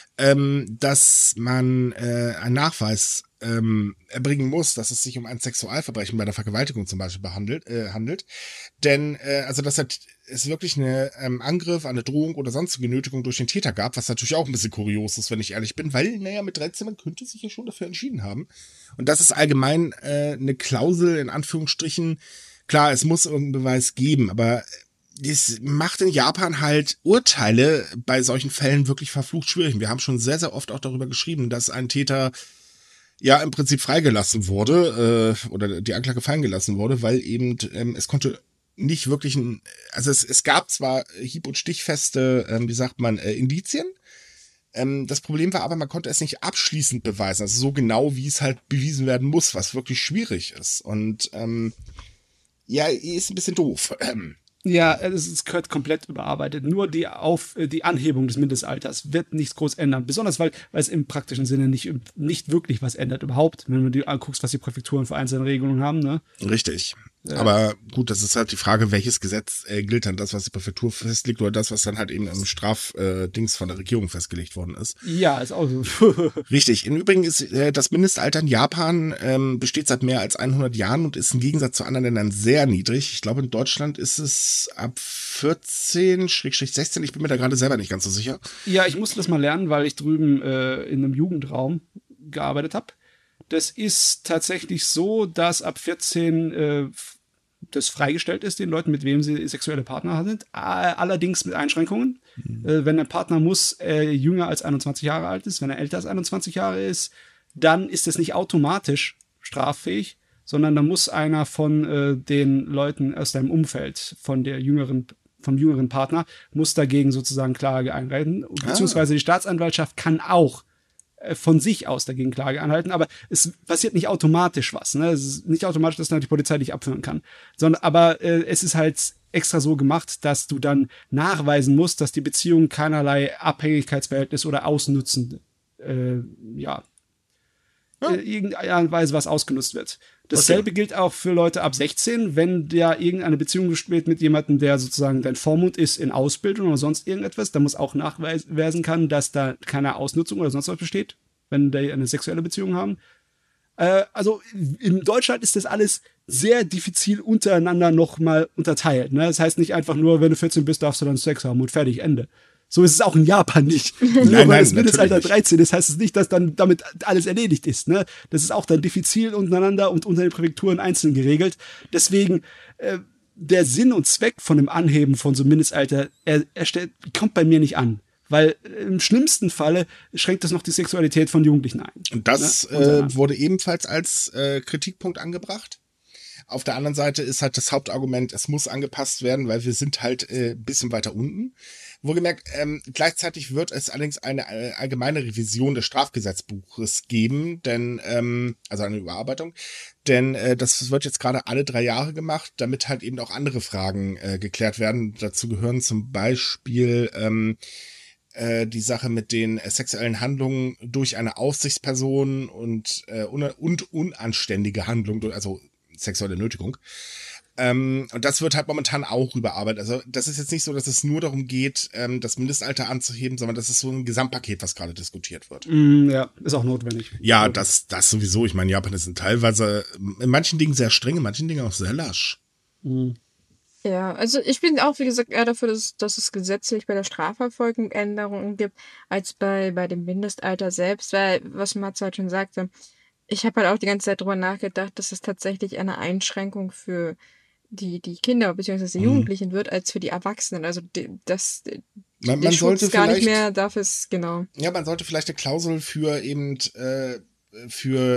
dass man einen Nachweis erbringen muss, dass es sich um ein Sexualverbrechen bei der Vergewaltigung zum Beispiel handelt. Denn also dass es wirklich eine Angriff, eine Drohung oder sonstige Nötigung durch den Täter gab, was natürlich auch ein bisschen kurios ist, wenn ich ehrlich bin, weil, mit 13 man könnte sich ja schon dafür entschieden haben. Und das ist allgemein eine Klausel, in Anführungsstrichen. Klar, es muss irgendeinen Beweis geben, aber das macht in Japan halt Urteile bei solchen Fällen wirklich verflucht schwierig. Wir haben schon sehr, sehr oft auch darüber geschrieben, dass ein Täter ja im Prinzip freigelassen wurde oder die Anklage fallen gelassen wurde, weil eben es konnte nicht wirklich es gab zwar hieb- und stichfeste, Indizien. Das Problem war aber, man konnte es nicht abschließend beweisen, also so genau, wie es halt bewiesen werden muss, was wirklich schwierig ist. Und ist ein bisschen doof. Ja, es gehört komplett überarbeitet. Nur die Anhebung des Mindestalters wird nichts groß ändern. Besonders, weil es im praktischen Sinne nicht wirklich was ändert überhaupt, wenn du dir anguckst, was die Präfekturen für einzelne Regelungen haben. Ne? Richtig. Ja. Aber gut, das ist halt die Frage, welches Gesetz gilt dann, das, was die Präfektur festlegt, oder das, was dann halt eben im Strafdings von der Regierung festgelegt worden ist. Ja, ist auch so. Richtig. Im Übrigen ist das Mindestalter in Japan besteht seit mehr als 100 Jahren und ist im Gegensatz zu anderen Ländern sehr niedrig. Ich glaube, in Deutschland ist es ab 14/16. Ich bin mir da gerade selber nicht ganz so sicher. Ja, ich musste das mal lernen, weil ich drüben in einem Jugendraum gearbeitet habe. Das ist tatsächlich so, dass ab 14 das freigestellt ist, den Leuten, mit wem sie sexuelle Partner sind. Allerdings mit Einschränkungen. Wenn ein Partner jünger als 21 Jahre alt ist, wenn er älter als 21 Jahre ist, dann ist es nicht automatisch straffähig, sondern da muss einer von den Leuten aus deinem Umfeld, vom jüngeren Partner, muss dagegen sozusagen Klage einleiten. Beziehungsweise die Staatsanwaltschaft kann auch von sich aus dagegen Klage anhalten, aber es passiert nicht automatisch was. Ne? Es ist nicht automatisch, dass dann die Polizei dich abführen kann. Aber es ist halt extra so gemacht, dass du dann nachweisen musst, dass die Beziehung keinerlei Abhängigkeitsverhältnis oder Ausnutzen irgendeiner Weise was ausgenutzt wird. Dasselbe gilt auch für Leute ab 16, wenn da irgendeine Beziehung besteht mit jemandem, der sozusagen dein Vormund ist in Ausbildung oder sonst irgendetwas, da muss auch nachweisen kann, dass da keine Ausnutzung oder sonst was besteht, wenn die eine sexuelle Beziehung haben. Also in Deutschland ist das alles sehr diffizil untereinander nochmal unterteilt. Ne? Das heißt nicht einfach nur, wenn du 14 bist, darfst du dann Sex haben und fertig, Ende. So ist es auch in Japan nicht. Nur weil das Mindestalter 13 ist, heißt es nicht, dass dann damit alles erledigt ist. Ne? Das ist auch dann diffizil untereinander und unter den Präfekturen einzeln geregelt. Deswegen, der Sinn und Zweck von dem Anheben von so einem Mindestalter, kommt bei mir nicht an. Weil im schlimmsten Falle schränkt das noch die Sexualität von Jugendlichen ein. Und das wurde ebenfalls als Kritikpunkt angebracht. Auf der anderen Seite ist halt das Hauptargument, es muss angepasst werden, weil wir sind halt ein bisschen weiter unten. Wohlgemerkt, gleichzeitig wird es allerdings eine allgemeine Revision des Strafgesetzbuches geben, denn also eine Überarbeitung, denn das wird jetzt gerade alle 3 Jahre gemacht, damit halt eben auch andere Fragen geklärt werden. Dazu gehören zum Beispiel die Sache mit den sexuellen Handlungen durch eine Aufsichtsperson und unanständige Handlungen, also sexuelle Nötigung. Und das wird halt momentan auch überarbeitet. Also das ist jetzt nicht so, dass es nur darum geht, das Mindestalter anzuheben, sondern das ist so ein Gesamtpaket, was gerade diskutiert wird. Ja, ist auch notwendig. Ja, das sowieso. Ich meine, Japan ist teilweise in manchen Dingen sehr streng, in manchen Dingen auch sehr lasch. Ja, also ich bin auch, wie gesagt, eher dafür, dass es gesetzlich bei der Strafverfolgung Änderungen gibt, als bei dem Mindestalter selbst, weil, was Mats halt schon sagte, ich habe halt auch die ganze Zeit drüber nachgedacht, dass es tatsächlich eine Einschränkung für die Kinder bzw. Jugendlichen wird, als für die Erwachsenen. Also man sollte gar nicht mehr darf es, genau. Ja, man sollte vielleicht eine Klausel für eben für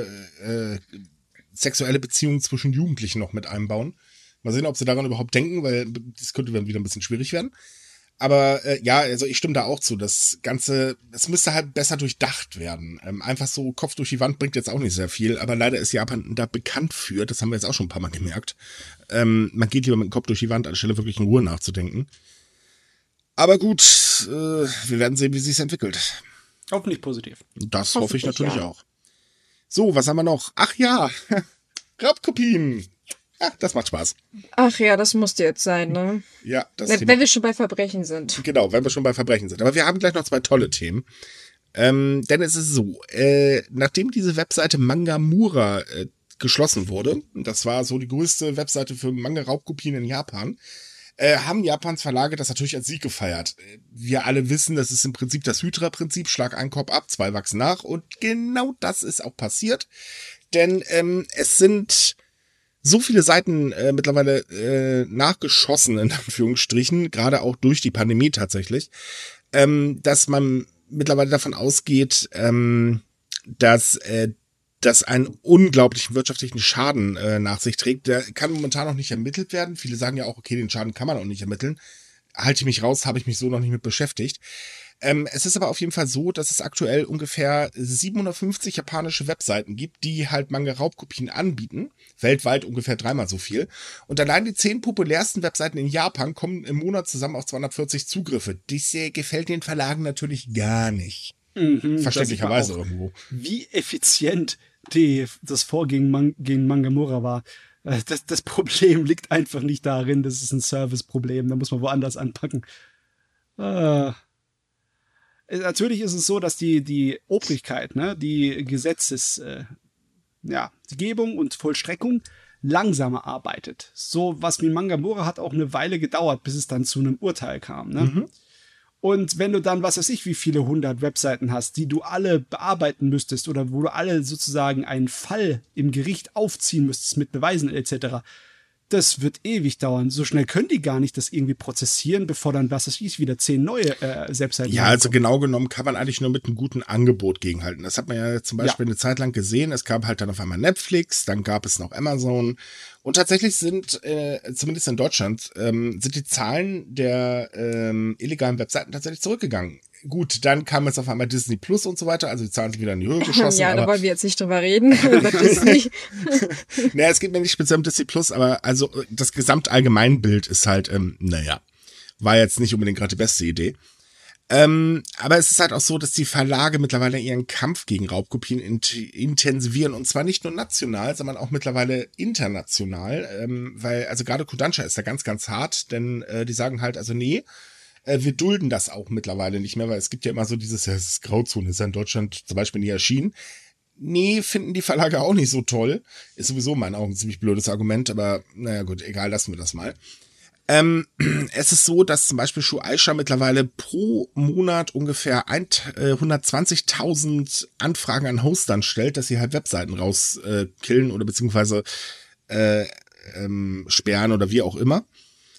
sexuelle Beziehungen zwischen Jugendlichen noch mit einbauen. Mal sehen, ob sie daran überhaupt denken, weil das könnte dann wieder ein bisschen schwierig werden. Aber ja, also ich stimme da auch zu. Das Ganze, es müsste halt besser durchdacht werden. Einfach so Kopf durch die Wand bringt jetzt auch nicht sehr viel. Aber leider ist Japan da bekannt für, das haben wir jetzt auch schon ein paar Mal gemerkt. Man geht lieber mit dem Kopf durch die Wand, anstelle wirklich in Ruhe nachzudenken. Aber gut, wir werden sehen, wie sich's entwickelt. Hoffentlich positiv. Das hoffe ich natürlich auch. So, was haben wir noch? Ach ja, Raubkopien. Ja, das macht Spaß. Ach ja, das musste jetzt sein, ne? Ja, das wenn wir schon bei Verbrechen sind. Genau, wenn wir schon bei Verbrechen sind. Aber wir haben gleich noch 2 tolle Themen. Denn es ist so, nachdem diese Webseite Mangamura geschlossen wurde, das war so die größte Webseite für Manga-Raubkopien in Japan, haben Japans Verlage das natürlich als Sieg gefeiert. Wir alle wissen, das ist im Prinzip das Hydra-Prinzip, Schlag einen Kopf ab, 2 wachsen nach. Und genau das ist auch passiert. Denn es sind so viele Seiten mittlerweile nachgeschossen, in Anführungsstrichen, gerade auch durch die Pandemie tatsächlich, dass man mittlerweile davon ausgeht, dass das einen unglaublichen wirtschaftlichen Schaden nach sich trägt. Der kann momentan noch nicht ermittelt werden. Viele sagen ja auch, okay, den Schaden kann man auch nicht ermitteln. Halte ich mich raus, habe ich mich so noch nicht mit beschäftigt. Es ist aber auf jeden Fall so, dass es aktuell ungefähr 750 japanische Webseiten gibt, die halt Manga-Raubkopien anbieten. Weltweit ungefähr 3-mal so viel. Und allein die 10 populärsten Webseiten in Japan kommen im Monat zusammen auf 240 Zugriffe. Das gefällt den Verlagen natürlich gar nicht. Verständlicherweise irgendwo. Wie effizient das Vorgehen gegen Mangamura war. Das Problem liegt einfach nicht darin, das ist ein Serviceproblem. Da muss man woanders anpacken. Natürlich ist es so, dass die Obrigkeit, ne, die die Gebung und Vollstreckung langsamer arbeitet. So was wie Mangamura hat auch eine Weile gedauert, bis es dann zu einem Urteil kam. Ne? Und wenn du dann, was weiß ich, wie viele 100 Webseiten hast, die du alle bearbeiten müsstest oder wo du alle sozusagen einen Fall im Gericht aufziehen müsstest mit Beweisen etc., das wird ewig dauern. So schnell können die gar nicht das irgendwie prozessieren, bevor dann, was weiß ich, wieder 10 neue Webseiten. Ja, also genau genommen kann man eigentlich nur mit einem guten Angebot gegenhalten. Das hat man ja zum Beispiel eine Zeit lang gesehen. Es gab halt dann auf einmal Netflix, dann gab es noch Amazon. Und tatsächlich sind, zumindest in Deutschland, sind die Zahlen der illegalen Webseiten tatsächlich zurückgegangen. Gut, dann kam jetzt auf einmal Disney Plus und so weiter, also die Zahlen sind wieder in die Höhe geschossen. Ja, da wollen wir jetzt nicht drüber reden, über Disney. Naja, es geht mir nicht speziell um Disney Plus, aber also das Gesamtallgemeinbild ist halt, war jetzt nicht unbedingt gerade die beste Idee. Aber es ist halt auch so, dass die Verlage mittlerweile ihren Kampf gegen Raubkopien intensivieren, und zwar nicht nur national, sondern auch mittlerweile international, weil also gerade Kodansha ist da ganz, ganz hart, denn die sagen halt, also nee, wir dulden das auch mittlerweile nicht mehr, weil es gibt ja immer so dieses, ja, es ist Grauzone, ist ja in Deutschland zum Beispiel nie erschienen. Nee, finden die Verlage auch nicht so toll. Ist sowieso in meinen Augen ein ziemlich blödes Argument, aber naja gut, egal, lassen wir das mal. Es ist so, dass zum Beispiel Shueisha mittlerweile pro Monat ungefähr 120.000 Anfragen an Hostern stellt, dass sie halt Webseiten rauskillen oder beziehungsweise sperren oder wie auch immer.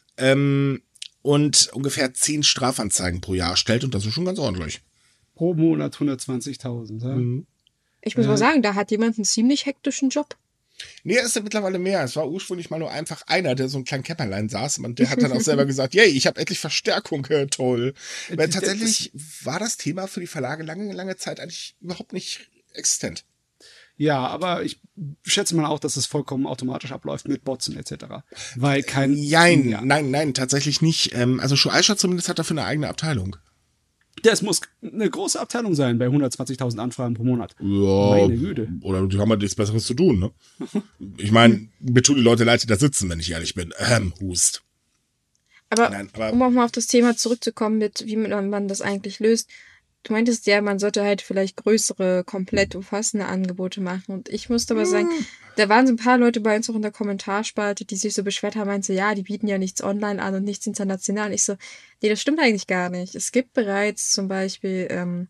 Und ungefähr 10 Strafanzeigen pro Jahr stellt, und das ist schon ganz ordentlich. Pro Monat 120.000. Ja? Ich muss mal sagen, da hat jemand einen ziemlich hektischen Job. Nee, es sind mittlerweile mehr. Es war ursprünglich mal nur einfach einer, der so ein kleinen Käpperlein saß, und der hat dann auch selber gesagt, yay, ich habe endlich Verstärkung, toll. Weil tatsächlich war das Thema für die Verlage lange, lange Zeit eigentlich überhaupt nicht existent. Ja, aber ich schätze mal auch, dass es vollkommen automatisch abläuft mit Bots und etc. Weil Nein, tatsächlich nicht. Also Shueisha zumindest hat dafür eine eigene Abteilung. Das muss eine große Abteilung sein bei 120.000 Anfragen pro Monat. Ja, meine Güte. Oder die haben halt nichts Besseres zu tun, ne? Ich meine, mir tun die Leute leid, die da sitzen, wenn ich ehrlich bin. Hust. Aber um auch mal auf das Thema zurückzukommen, mit wie man das eigentlich löst. Du meintest ja, man sollte halt vielleicht größere, komplett umfassende Angebote machen. Und ich musste aber sagen, da waren so ein paar Leute bei uns auch in der Kommentarspalte, die sich so beschwert haben, meinten so, ja, die bieten ja nichts online an und nichts international. Und ich so, nee, das stimmt eigentlich gar nicht. Es gibt bereits zum Beispiel,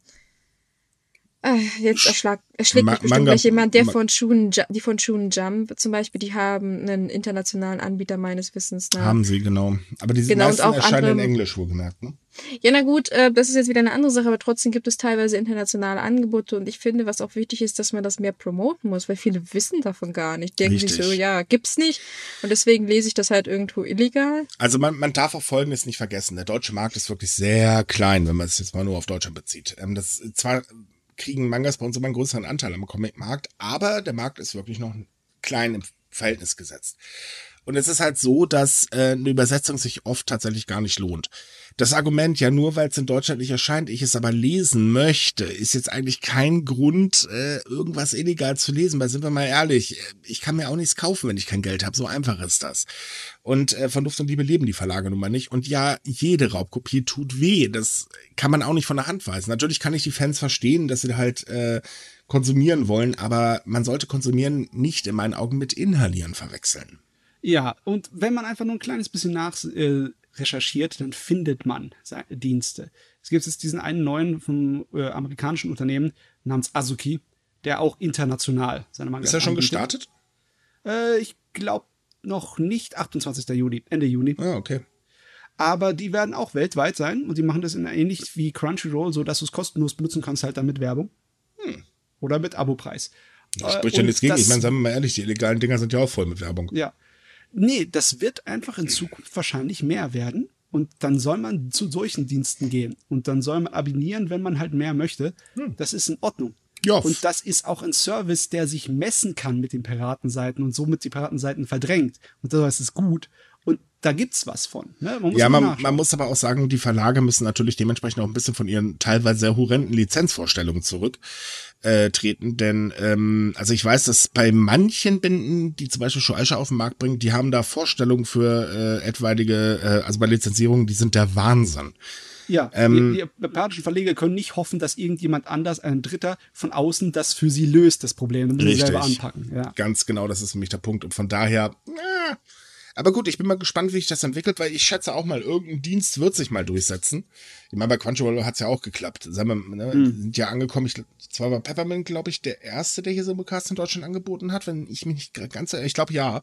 jetzt erschlägt mich bestimmt gleich jemand, die von Shonen Jump zum Beispiel, die haben einen internationalen Anbieter meines Wissens nach. Haben sie, genau. Aber die meisten erscheinen in Englisch, wohlgemerkt, ne? Ja, na gut, das ist jetzt wieder eine andere Sache, aber trotzdem gibt es teilweise internationale Angebote, und ich finde, was auch wichtig ist, dass man das mehr promoten muss, weil viele wissen davon gar nicht. Denken sich so, ja, gibt's nicht, und deswegen lese ich das halt irgendwo illegal. Also man darf auch Folgendes nicht vergessen, der deutsche Markt ist wirklich sehr klein, wenn man es jetzt mal nur auf Deutschland bezieht. Zwar kriegen Mangas bei uns immer einen größeren Anteil am Comic-Markt, aber der Markt ist wirklich noch klein im Verhältnis gesetzt. Und es ist halt so, dass eine Übersetzung sich oft tatsächlich gar nicht lohnt. Das Argument, ja, nur weil es in Deutschland nicht erscheint, ich es aber lesen möchte, ist jetzt eigentlich kein Grund, irgendwas illegal zu lesen, weil sind wir mal ehrlich, ich kann mir auch nichts kaufen, wenn ich kein Geld habe, so einfach ist das. Und von Luft und Liebe leben die Verlage nun mal nicht. Und ja, jede Raubkopie tut weh, das kann man auch nicht von der Hand weisen. Natürlich kann ich die Fans verstehen, dass sie halt konsumieren wollen, aber man sollte konsumieren nicht in meinen Augen mit Inhalieren verwechseln. Ja, und wenn man einfach nur ein kleines bisschen recherchiert, dann findet man Dienste. Es gibt jetzt diesen einen neuen vom amerikanischen Unternehmen namens Azuki, der auch international seine Mangas anbietet. Ist er schon gestartet? Ich glaube noch nicht, 28. Juli, Ende Juni. Ah, okay. Aber die werden auch weltweit sein, und die machen das ähnlich wie Crunchyroll, so dass du es kostenlos benutzen kannst, halt dann mit Werbung. Oder mit Abopreis. Das spricht ja nichts gegen. Ich meine, sagen wir mal ehrlich, die illegalen Dinger sind ja auch voll mit Werbung. Ja. Nee, das wird einfach in Zukunft wahrscheinlich mehr werden, Und dann soll man zu solchen Diensten gehen. Und dann soll man abonnieren, wenn man halt mehr möchte. Das ist in Ordnung. Ja. Und das ist auch ein Service, der sich messen kann mit den Piratenseiten und somit die Piratenseiten verdrängt. Und das ist gut. Und da gibt's was von. Ne? Man muss aber auch sagen, die Verlage müssen natürlich dementsprechend auch ein bisschen von ihren teilweise sehr horrenden Lizenzvorstellungen zurücktreten. Denn also ich weiß, dass bei manchen Bänden, die zum Beispiel Shueisha auf den Markt bringen, die haben da Vorstellungen für etwaige, also bei Lizenzierungen, die sind der Wahnsinn. Ja, die japanischen Verleger können nicht hoffen, dass irgendjemand anders, ein Dritter von außen, das für sie löst, das Problem. Dann müssen sie selber anpacken. Ja. Ganz genau, das ist für mich der Punkt. Und von daher, aber gut, ich bin mal gespannt, wie sich das entwickelt, weil ich schätze auch mal, irgendein Dienst wird sich mal durchsetzen. Ich meine, bei Crunchyroll hat's ja auch geklappt. Sagen wir, ne, sind ja angekommen, zwar war Peppermint, glaube ich, der erste, der hier Simulcast in Deutschland angeboten hat, wenn ich mich nicht ganz, ich glaube ja.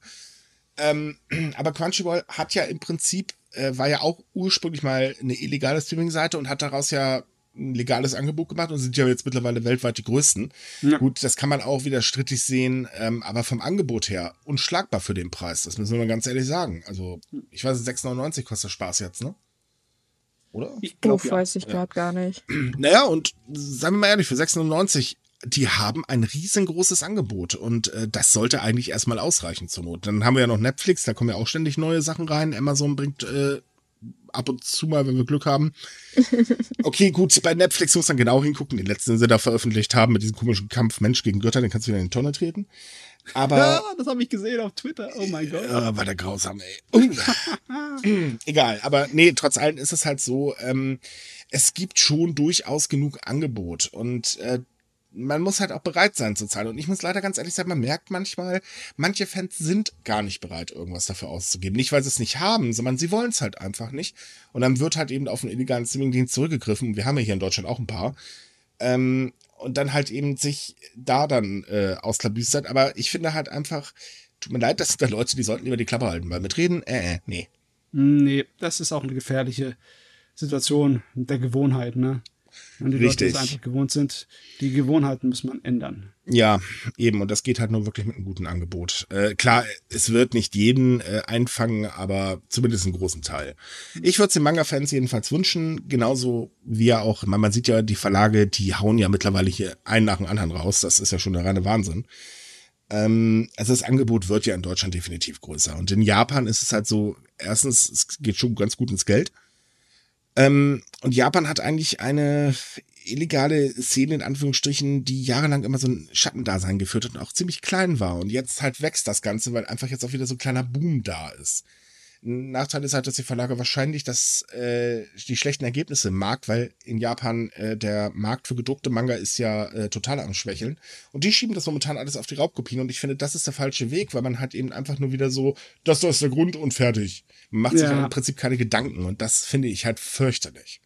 Aber Crunchyroll hat ja im Prinzip, war ja auch ursprünglich mal eine illegale Streaming-Seite und hat daraus ja ein legales Angebot gemacht und sind ja jetzt mittlerweile weltweit die größten. Ja. Gut, das kann man auch wieder strittig sehen, aber vom Angebot her unschlagbar für den Preis. Das müssen wir mal ganz ehrlich sagen. Also, ich weiß, 6,99 kostet Spaß jetzt, ne? Oder? Ich glaube, weiß ich gerade gar nicht. Naja, und sagen wir mal ehrlich, für 6,99 die haben ein riesengroßes Angebot und das sollte eigentlich erstmal ausreichen zur Not. Dann haben wir ja noch Netflix, da kommen ja auch ständig neue Sachen rein. Amazon bringt ab und zu mal, wenn wir Glück haben. Okay, gut, bei Netflix muss man genau hingucken. Den letzten, den sie da veröffentlicht haben mit diesem komischen Kampf Mensch gegen Götter, den kannst du wieder in die Tonne treten. Aber ja, das habe ich gesehen auf Twitter. Oh mein Gott. War der grausam, ey. Egal, aber nee, trotz allem ist es halt so, es gibt schon durchaus genug Angebot und man muss halt auch bereit sein zu zahlen. Und ich muss leider ganz ehrlich sagen, man merkt manchmal, manche Fans sind gar nicht bereit, irgendwas dafür auszugeben. Nicht, weil sie es nicht haben, sondern sie wollen es halt einfach nicht. Und dann wird halt eben auf einen illegalen Streamingdienst zurückgegriffen. Wir haben ja hier in Deutschland auch ein paar. Und dann halt eben sich da dann ausklabüstert. Aber ich finde halt einfach, tut mir leid, das sind da Leute, die sollten lieber die Klappe halten. Weil mit reden, nee. Nee, das ist auch eine gefährliche Situation der Gewohnheit, ne? Und die Leute, die es einfach gewohnt sind, die Gewohnheiten muss man ändern. Ja, eben. Und das geht halt nur wirklich mit einem guten Angebot. Klar, es wird nicht jeden einfangen, aber zumindest einen großen Teil. Ich würde es den Manga-Fans jedenfalls wünschen, genauso wie ja auch, man sieht ja, die Verlage, die hauen ja mittlerweile hier einen nach dem anderen raus. Das ist ja schon der reine Wahnsinn. Also das Angebot wird ja in Deutschland definitiv größer. Und in Japan ist es halt so, erstens, es geht schon ganz gut ins Geld. Und Japan hat eigentlich eine illegale Szene in Anführungsstrichen, die jahrelang immer so ein Schattendasein geführt hat und auch ziemlich klein war. Und jetzt halt wächst das Ganze, weil einfach jetzt auch wieder so ein kleiner Boom da ist. Ein Nachteil ist halt, dass die Verlage wahrscheinlich die schlechten Ergebnisse im Markt, weil in Japan der Markt für gedruckte Manga ist ja total am Schwächeln. Und die schieben das momentan alles auf die Raubkopien. Und ich finde, das ist der falsche Weg, weil man halt eben einfach nur wieder so, das ist der Grund und fertig. Man macht sich im Prinzip keine Gedanken. Und das finde ich halt fürchterlich.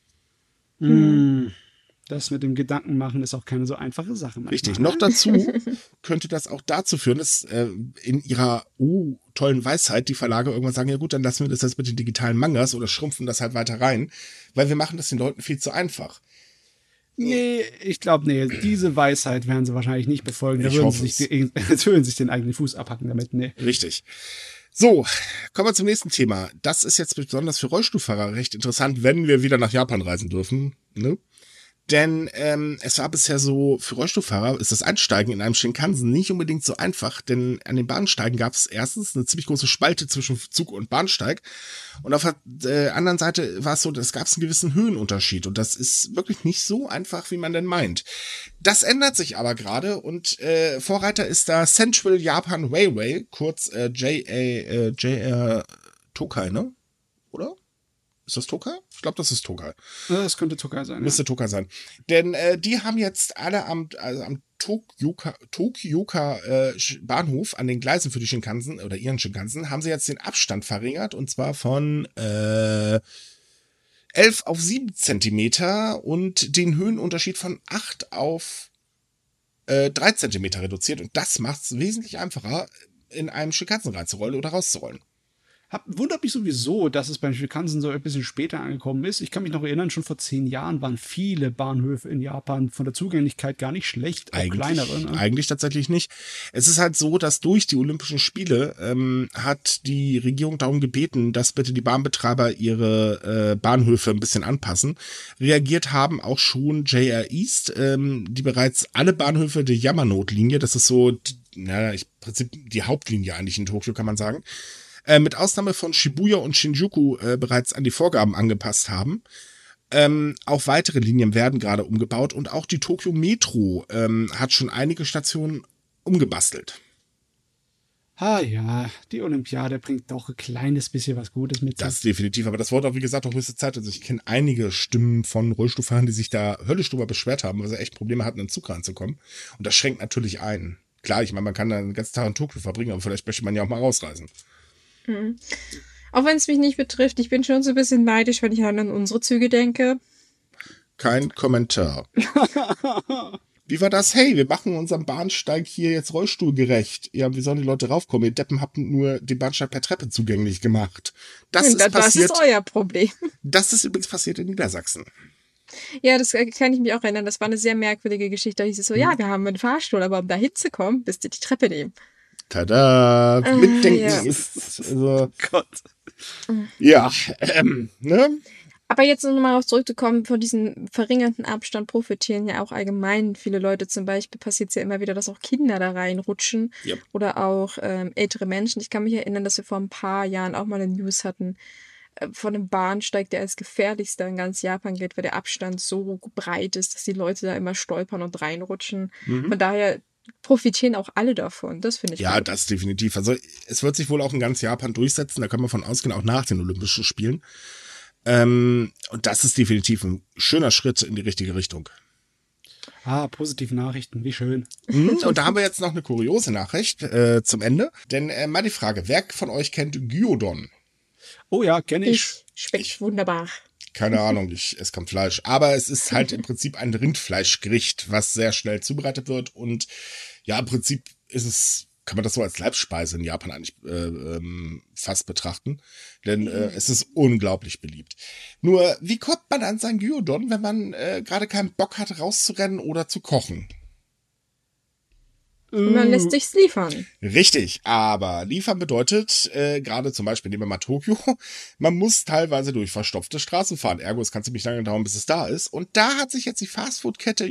Das mit dem Gedanken machen ist auch keine so einfache Sache. Manchmal. Richtig. Noch dazu könnte das auch dazu führen, dass in ihrer tollen Weisheit die Verlage irgendwann sagen, ja gut, dann lassen wir das jetzt mit den digitalen Mangas oder schrumpfen das halt weiter rein, weil wir machen das den Leuten viel zu einfach. Nee, ich glaube, diese Weisheit werden sie wahrscheinlich nicht befolgen. Da würden sie sich den eigenen Fuß abhacken damit. Nee. Richtig. So, kommen wir zum nächsten Thema. Das ist jetzt besonders für Rollstuhlfahrer recht interessant, wenn wir wieder nach Japan reisen dürfen, ne? Denn es war bisher so, für Rollstuhlfahrer ist das Einsteigen in einem Shinkansen nicht unbedingt so einfach, denn an den Bahnsteigen gab es erstens eine ziemlich große Spalte zwischen Zug und Bahnsteig und auf der anderen Seite war es so, es gab einen gewissen Höhenunterschied und das ist wirklich nicht so einfach, wie man denn meint. Das ändert sich aber gerade und Vorreiter ist da Central Japan Railway, kurz JR Tokai, ne? Oder? Ist das Tokai? Ich glaube, das ist Tokai. Ja, das könnte Tokai sein. Müsste Tokai sein. Denn die haben jetzt alle am Tokyoka Bahnhof an den Gleisen für die Shinkansen oder ihren Shinkansen haben sie jetzt den Abstand verringert und zwar von 11 auf 7 Zentimeter und den Höhenunterschied von 8 auf 3 Zentimeter reduziert und das macht es wesentlich einfacher, in einem Shinkansen reinzurollen oder rauszurollen. Wundert mich sowieso, dass es beim Shinkansen so ein bisschen später angekommen ist. Ich kann mich noch erinnern, schon vor 10 Jahren waren viele Bahnhöfe in Japan von der Zugänglichkeit gar nicht schlecht, auch kleinere. Ne? Eigentlich tatsächlich nicht. Es ist halt so, dass durch die Olympischen Spiele hat die Regierung darum gebeten, dass bitte die Bahnbetreiber ihre Bahnhöfe ein bisschen anpassen. Reagiert haben auch schon JR East, die bereits alle Bahnhöfe der Yamanote-Linie, das ist so, im Prinzip die Hauptlinie eigentlich in Tokio, kann man sagen, mit Ausnahme von Shibuya und Shinjuku bereits an die Vorgaben angepasst haben. Auch weitere Linien werden gerade umgebaut und auch die Tokyo Metro hat schon einige Stationen umgebastelt. Ah ja, die Olympiade bringt doch ein kleines bisschen was Gutes mit sich. Das definitiv, aber das wurde auch, wie gesagt, auch höchste Zeit. Also ich kenne einige Stimmen von Rollstuhlfahrern, die sich da höllisch drüber beschwert haben, weil sie echt Probleme hatten, in den Zug reinzukommen. Und das schränkt natürlich ein. Klar, ich meine, man kann da den ganzen Tag in Tokio verbringen, aber vielleicht möchte man ja auch mal rausreisen. Mhm. Auch wenn es mich nicht betrifft, ich bin schon so ein bisschen neidisch, wenn ich an unsere Züge denke. Kein Kommentar. Wie war das? Hey, wir machen unseren Bahnsteig hier jetzt rollstuhlgerecht. Ja, wie sollen die Leute raufkommen? Ihr Deppen habt nur den Bahnsteig per Treppe zugänglich gemacht. Das ist passiert. Das ist euer Problem. Das ist übrigens passiert in Niedersachsen. Ja, das kann ich mich auch erinnern. Das war eine sehr merkwürdige Geschichte. Da hieß es so, ja, wir haben einen Fahrstuhl, aber um da hinzukommen, müsst ihr die Treppe nehmen. Tada! Mitdenken ja. ist, also, Gott. Ja, ne? Aber jetzt um nochmal darauf zurückzukommen, von diesem verringerten Abstand profitieren ja auch allgemein viele Leute. Zum Beispiel passiert es ja immer wieder, dass auch Kinder da reinrutschen oder auch ältere Menschen. Ich kann mich erinnern, dass wir vor ein paar Jahren auch mal eine News hatten von einem Bahnsteig, der als gefährlichster in ganz Japan gilt, weil der Abstand so breit ist, dass die Leute da immer stolpern und reinrutschen. Von daher profitieren auch alle davon. Das finde ich ja, gut. Das definitiv. Also es wird sich wohl auch in ganz Japan durchsetzen. Da können wir von ausgehen, auch nach den Olympischen Spielen. Und das ist definitiv ein schöner Schritt in die richtige Richtung. Positive Nachrichten, wie schön. Und da haben wir jetzt noch eine kuriose Nachricht zum Ende. Denn mal die Frage, wer von euch kennt Gyudon? Oh ja, kenne ich. Schmeckt wunderbar. Keine Ahnung, ich esse kein Fleisch. Aber es ist halt im Prinzip ein Rindfleischgericht, was sehr schnell zubereitet wird. Und ja, im Prinzip ist es, kann man das so als Leibspeise in Japan eigentlich fast betrachten. Denn es ist unglaublich beliebt. Nur, wie kommt man an sein Gyudon, wenn man gerade keinen Bock hat, rauszurennen oder zu kochen? Man lässt sich's liefern. Richtig, aber liefern bedeutet, gerade zum Beispiel, nehmen wir mal Tokio, man muss teilweise durch verstopfte Straßen fahren. Ergo, es kann ziemlich lange dauern, bis es da ist. Und da hat sich jetzt die Fastfood-Kette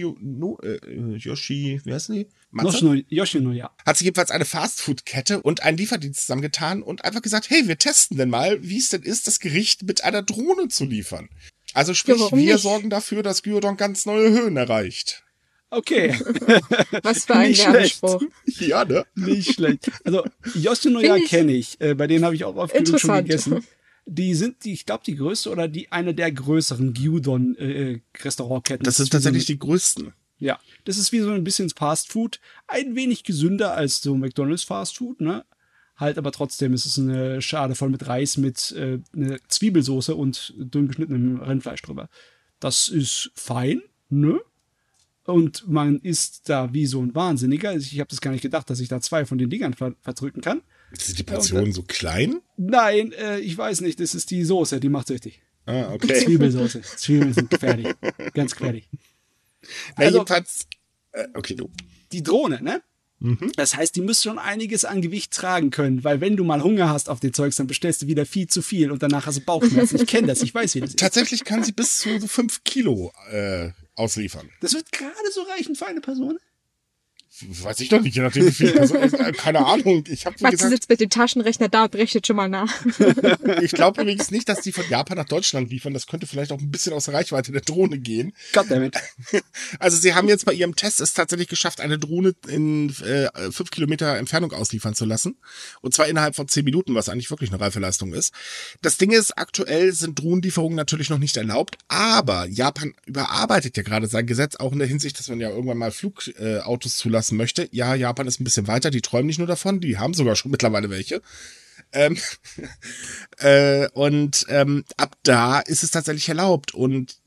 wie heißt die? Yoshinoya. Hat sich jedenfalls eine Fastfood-Kette und einen Lieferdienst zusammengetan und einfach gesagt, hey, wir testen denn mal, wie es denn ist, das Gericht mit einer Drohne zu liefern. Also sprich, wir sorgen dafür, dass Gyudon ganz neue Höhen erreicht. Okay. Was für ein Werbespruch. Ja, ne? Nicht schlecht. Also Yoshinoya kenne ich. Bei denen habe ich auch oft genug schon gegessen. Die sind, ich glaube, die größte oder eine der größeren Gyudon-Restaurantketten. Das sind tatsächlich die größten. Ja, das ist wie so ein bisschen Fast Food. Ein wenig gesünder als so McDonald's Fast Food, ne? Halt, aber trotzdem ist es eine Schale voll mit Reis, mit einer Zwiebelsoße und dünn geschnittenem Rindfleisch drüber. Das ist fein, ne? Und man isst da wie so ein Wahnsinniger. Ich habe das gar nicht gedacht, dass ich da 2 von den Dingern verdrücken kann. Sind die Portionen so klein? Nein, ich weiß nicht. Das ist die Soße, die macht süchtig. Ah, okay. Zwiebelsoße. Zwiebeln sind gefährlich. Ganz gefährlich. Na, also, jedenfalls, okay, du. Die Drohne, ne? Das heißt, die müsste schon einiges an Gewicht tragen können, weil wenn du mal Hunger hast auf den Zeugs, dann bestellst du wieder viel zu viel und danach hast du Bauchschmerzen. Ich kenne das, ich weiß, wie das ist. Tatsächlich kann sie bis zu 5 Kilo ausliefern. Das wird gerade so reichen für eine Person? Weiß ich doch nicht, je nachdem wie viel Person, keine Ahnung. Ich habe Max sitzt mit dem Taschenrechner da und rechnet schon mal nach. Ich glaube übrigens nicht, dass die von Japan nach Deutschland liefern. Das könnte vielleicht auch ein bisschen aus der Reichweite der Drohne gehen. Goddammit. Also sie haben jetzt bei ihrem Test es tatsächlich geschafft, eine Drohne in 5 Kilometer Entfernung ausliefern zu lassen. Und zwar innerhalb von 10 Minuten, was eigentlich wirklich eine reife Leistung ist. Das Ding ist, aktuell sind Drohnenlieferungen natürlich noch nicht erlaubt, aber Japan überarbeitet ja gerade sein Gesetz, auch in der Hinsicht, dass man ja irgendwann mal Flugautos zulassen möchte. Ja, Japan ist ein bisschen weiter, die träumen nicht nur davon, die haben sogar schon mittlerweile welche. Ab da ist es tatsächlich erlaubt und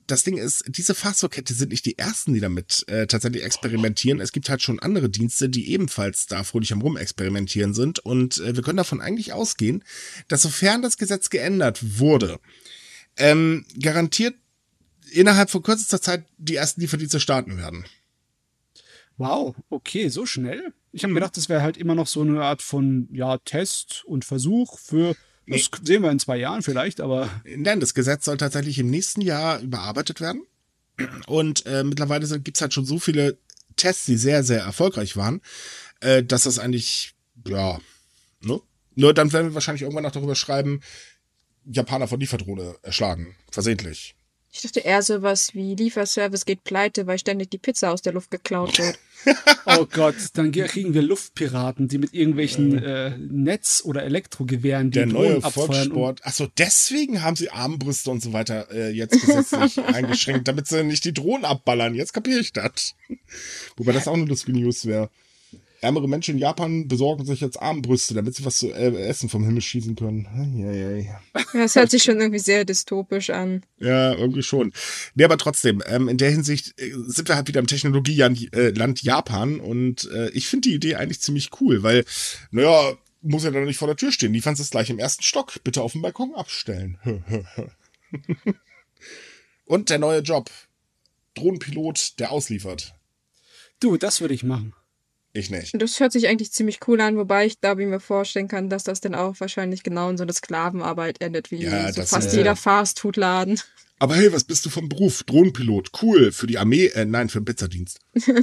das Ding ist, diese Fastfood-Kette sind nicht die ersten, die damit tatsächlich experimentieren. Es gibt halt schon andere Dienste, die ebenfalls da fröhlich am Rumexperimentieren sind. Und wir können davon eigentlich ausgehen, dass sofern das Gesetz geändert wurde, garantiert innerhalb von kürzester Zeit die ersten Lieferdienste starten werden. Wow, okay, so schnell? Ich habe gedacht, das wäre halt immer noch so eine Art von Test und Versuch für, das sehen wir in 2 Jahren vielleicht, aber... Nein, das Gesetz soll tatsächlich im nächsten Jahr überarbeitet werden. Und mittlerweile gibt es halt schon so viele Tests, die sehr, sehr erfolgreich waren, dass das eigentlich, ne? Nur dann werden wir wahrscheinlich irgendwann noch darüber schreiben, Japaner von Lieferdrohne erschlagen, versehentlich. Ich dachte eher sowas wie Lieferservice geht pleite, weil ständig die Pizza aus der Luft geklaut wird. Oh Gott, dann kriegen wir Luftpiraten, die mit irgendwelchen Netz- oder Elektrogewehren die Der neue Drohnen abfeuern. Volkssport. Achso, deswegen haben sie Armbrüste und so weiter jetzt gesetzlich eingeschränkt, damit sie nicht die Drohnen abballern. Jetzt kapiere ich das. Wobei das auch eine lustige News wäre. Ärmere Menschen in Japan besorgen sich jetzt Armbrüste, damit sie was zu essen vom Himmel schießen können. Ja, das hört sich schon irgendwie sehr dystopisch an. Ja, irgendwie schon. Nee, aber trotzdem, in der Hinsicht sind wir halt wieder im Technologieland Japan und ich finde die Idee eigentlich ziemlich cool, weil, muss ja dann nicht vor der Tür stehen. Die fand es gleich im ersten Stock. Bitte auf dem Balkon abstellen. Und der neue Job. Drohnenpilot, der ausliefert. Du, das würde ich machen. Ich nicht. Das hört sich eigentlich ziemlich cool an, wobei ich glaube, ich mir vorstellen kann, dass das dann auch wahrscheinlich genau in so eine Sklavenarbeit endet, wie so fast jeder Fastfood-Laden. Aber hey, was bist du vom Beruf? Drohnenpilot. Cool. Für die Armee? Nein, für den Pizzadienst.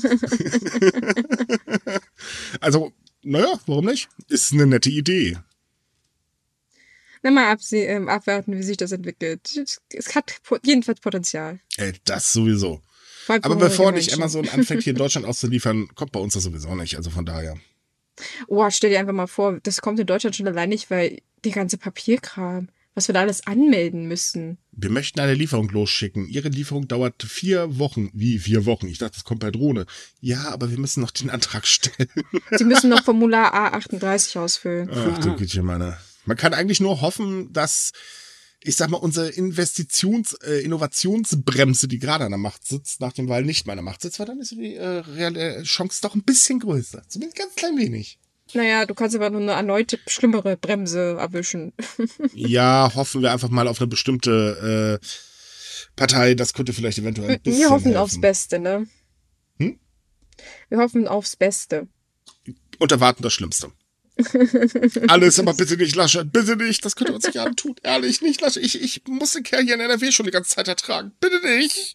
Also, warum nicht? Ist eine nette Idee. Na, mal abwarten, wie sich das entwickelt. Es hat jedenfalls Potenzial. Das sowieso. Aber bevor nicht Amazon anfängt, hier in Deutschland auszuliefern, kommt bei uns das sowieso nicht. Also von daher. Oh, stell dir einfach mal vor, das kommt in Deutschland schon allein nicht, weil der ganze Papierkram, was wir da alles anmelden müssen. Wir möchten eine Lieferung losschicken. Ihre Lieferung dauert 4 Wochen. Wie 4 Wochen? Ich dachte, das kommt per Drohne. Ja, aber wir müssen noch den Antrag stellen. Sie müssen noch Formular A38 ausfüllen. Ach du Gütchen, meine. Man kann eigentlich nur hoffen, dass, ich sag mal, unsere Innovationsbremse, die gerade an der Macht sitzt, nach dem Wahl nicht mehr an der Macht sitzt, weil dann ist die reale Chance doch ein bisschen größer. Zumindest ganz klein wenig. Naja, du kannst aber nur eine erneute schlimmere Bremse erwischen. Ja, hoffen wir einfach mal auf eine bestimmte Partei. Das könnte vielleicht eventuell ein bisschen Wir hoffen helfen. aufs Beste, ne? Wir hoffen aufs Beste. Und erwarten das Schlimmste. Alles, aber bitte nicht Laschet, bitte nicht, das könnte uns nicht antun, ehrlich, nicht Laschet, ich muss den Kerl hier in NRW schon die ganze Zeit ertragen, bitte nicht.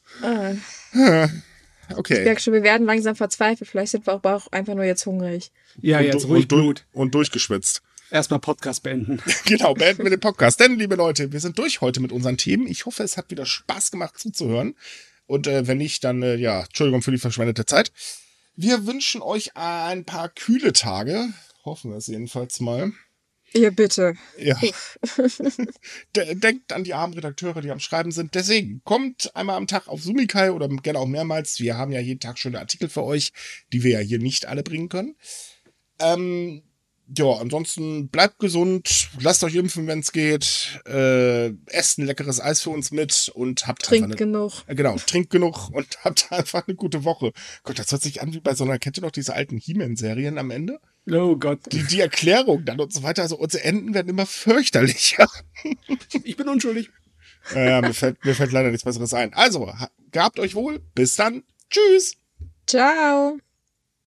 Okay. Ich merke schon, wir werden langsam verzweifelt, vielleicht sind wir aber auch einfach nur jetzt hungrig. Ja, jetzt ruhig Blut. Und durchgeschwitzt. Erstmal Podcast beenden. Genau, beenden wir den Podcast, denn, liebe Leute, wir sind durch heute mit unseren Themen, ich hoffe, es hat wieder Spaß gemacht zuzuhören und wenn nicht, dann, Entschuldigung für die verschwendete Zeit. Wir wünschen euch ein paar kühle Tage. Hoffen wir es jedenfalls mal. Ja, bitte. Ja. Denkt an die armen Redakteure, die am Schreiben sind. Deswegen kommt einmal am Tag auf Sumikai oder gerne auch mehrmals. Wir haben ja jeden Tag schöne Artikel für euch, die wir ja hier nicht alle bringen können. Ansonsten bleibt gesund, lasst euch impfen, wenn es geht, esst ein leckeres Eis für uns mit und habt trinkt genug. Trinkt genug und habt einfach eine gute Woche. Gott, das hört sich an wie bei so einer, kennt ihr noch diese alten He-Man-Serien am Ende? Oh Gott. Die Erklärung dann und so weiter, also unsere Enden werden immer fürchterlicher. Ich bin unschuldig. Ja, mir fällt leider nichts Besseres ein. Also, gehabt euch wohl, bis dann, tschüss. Ciao.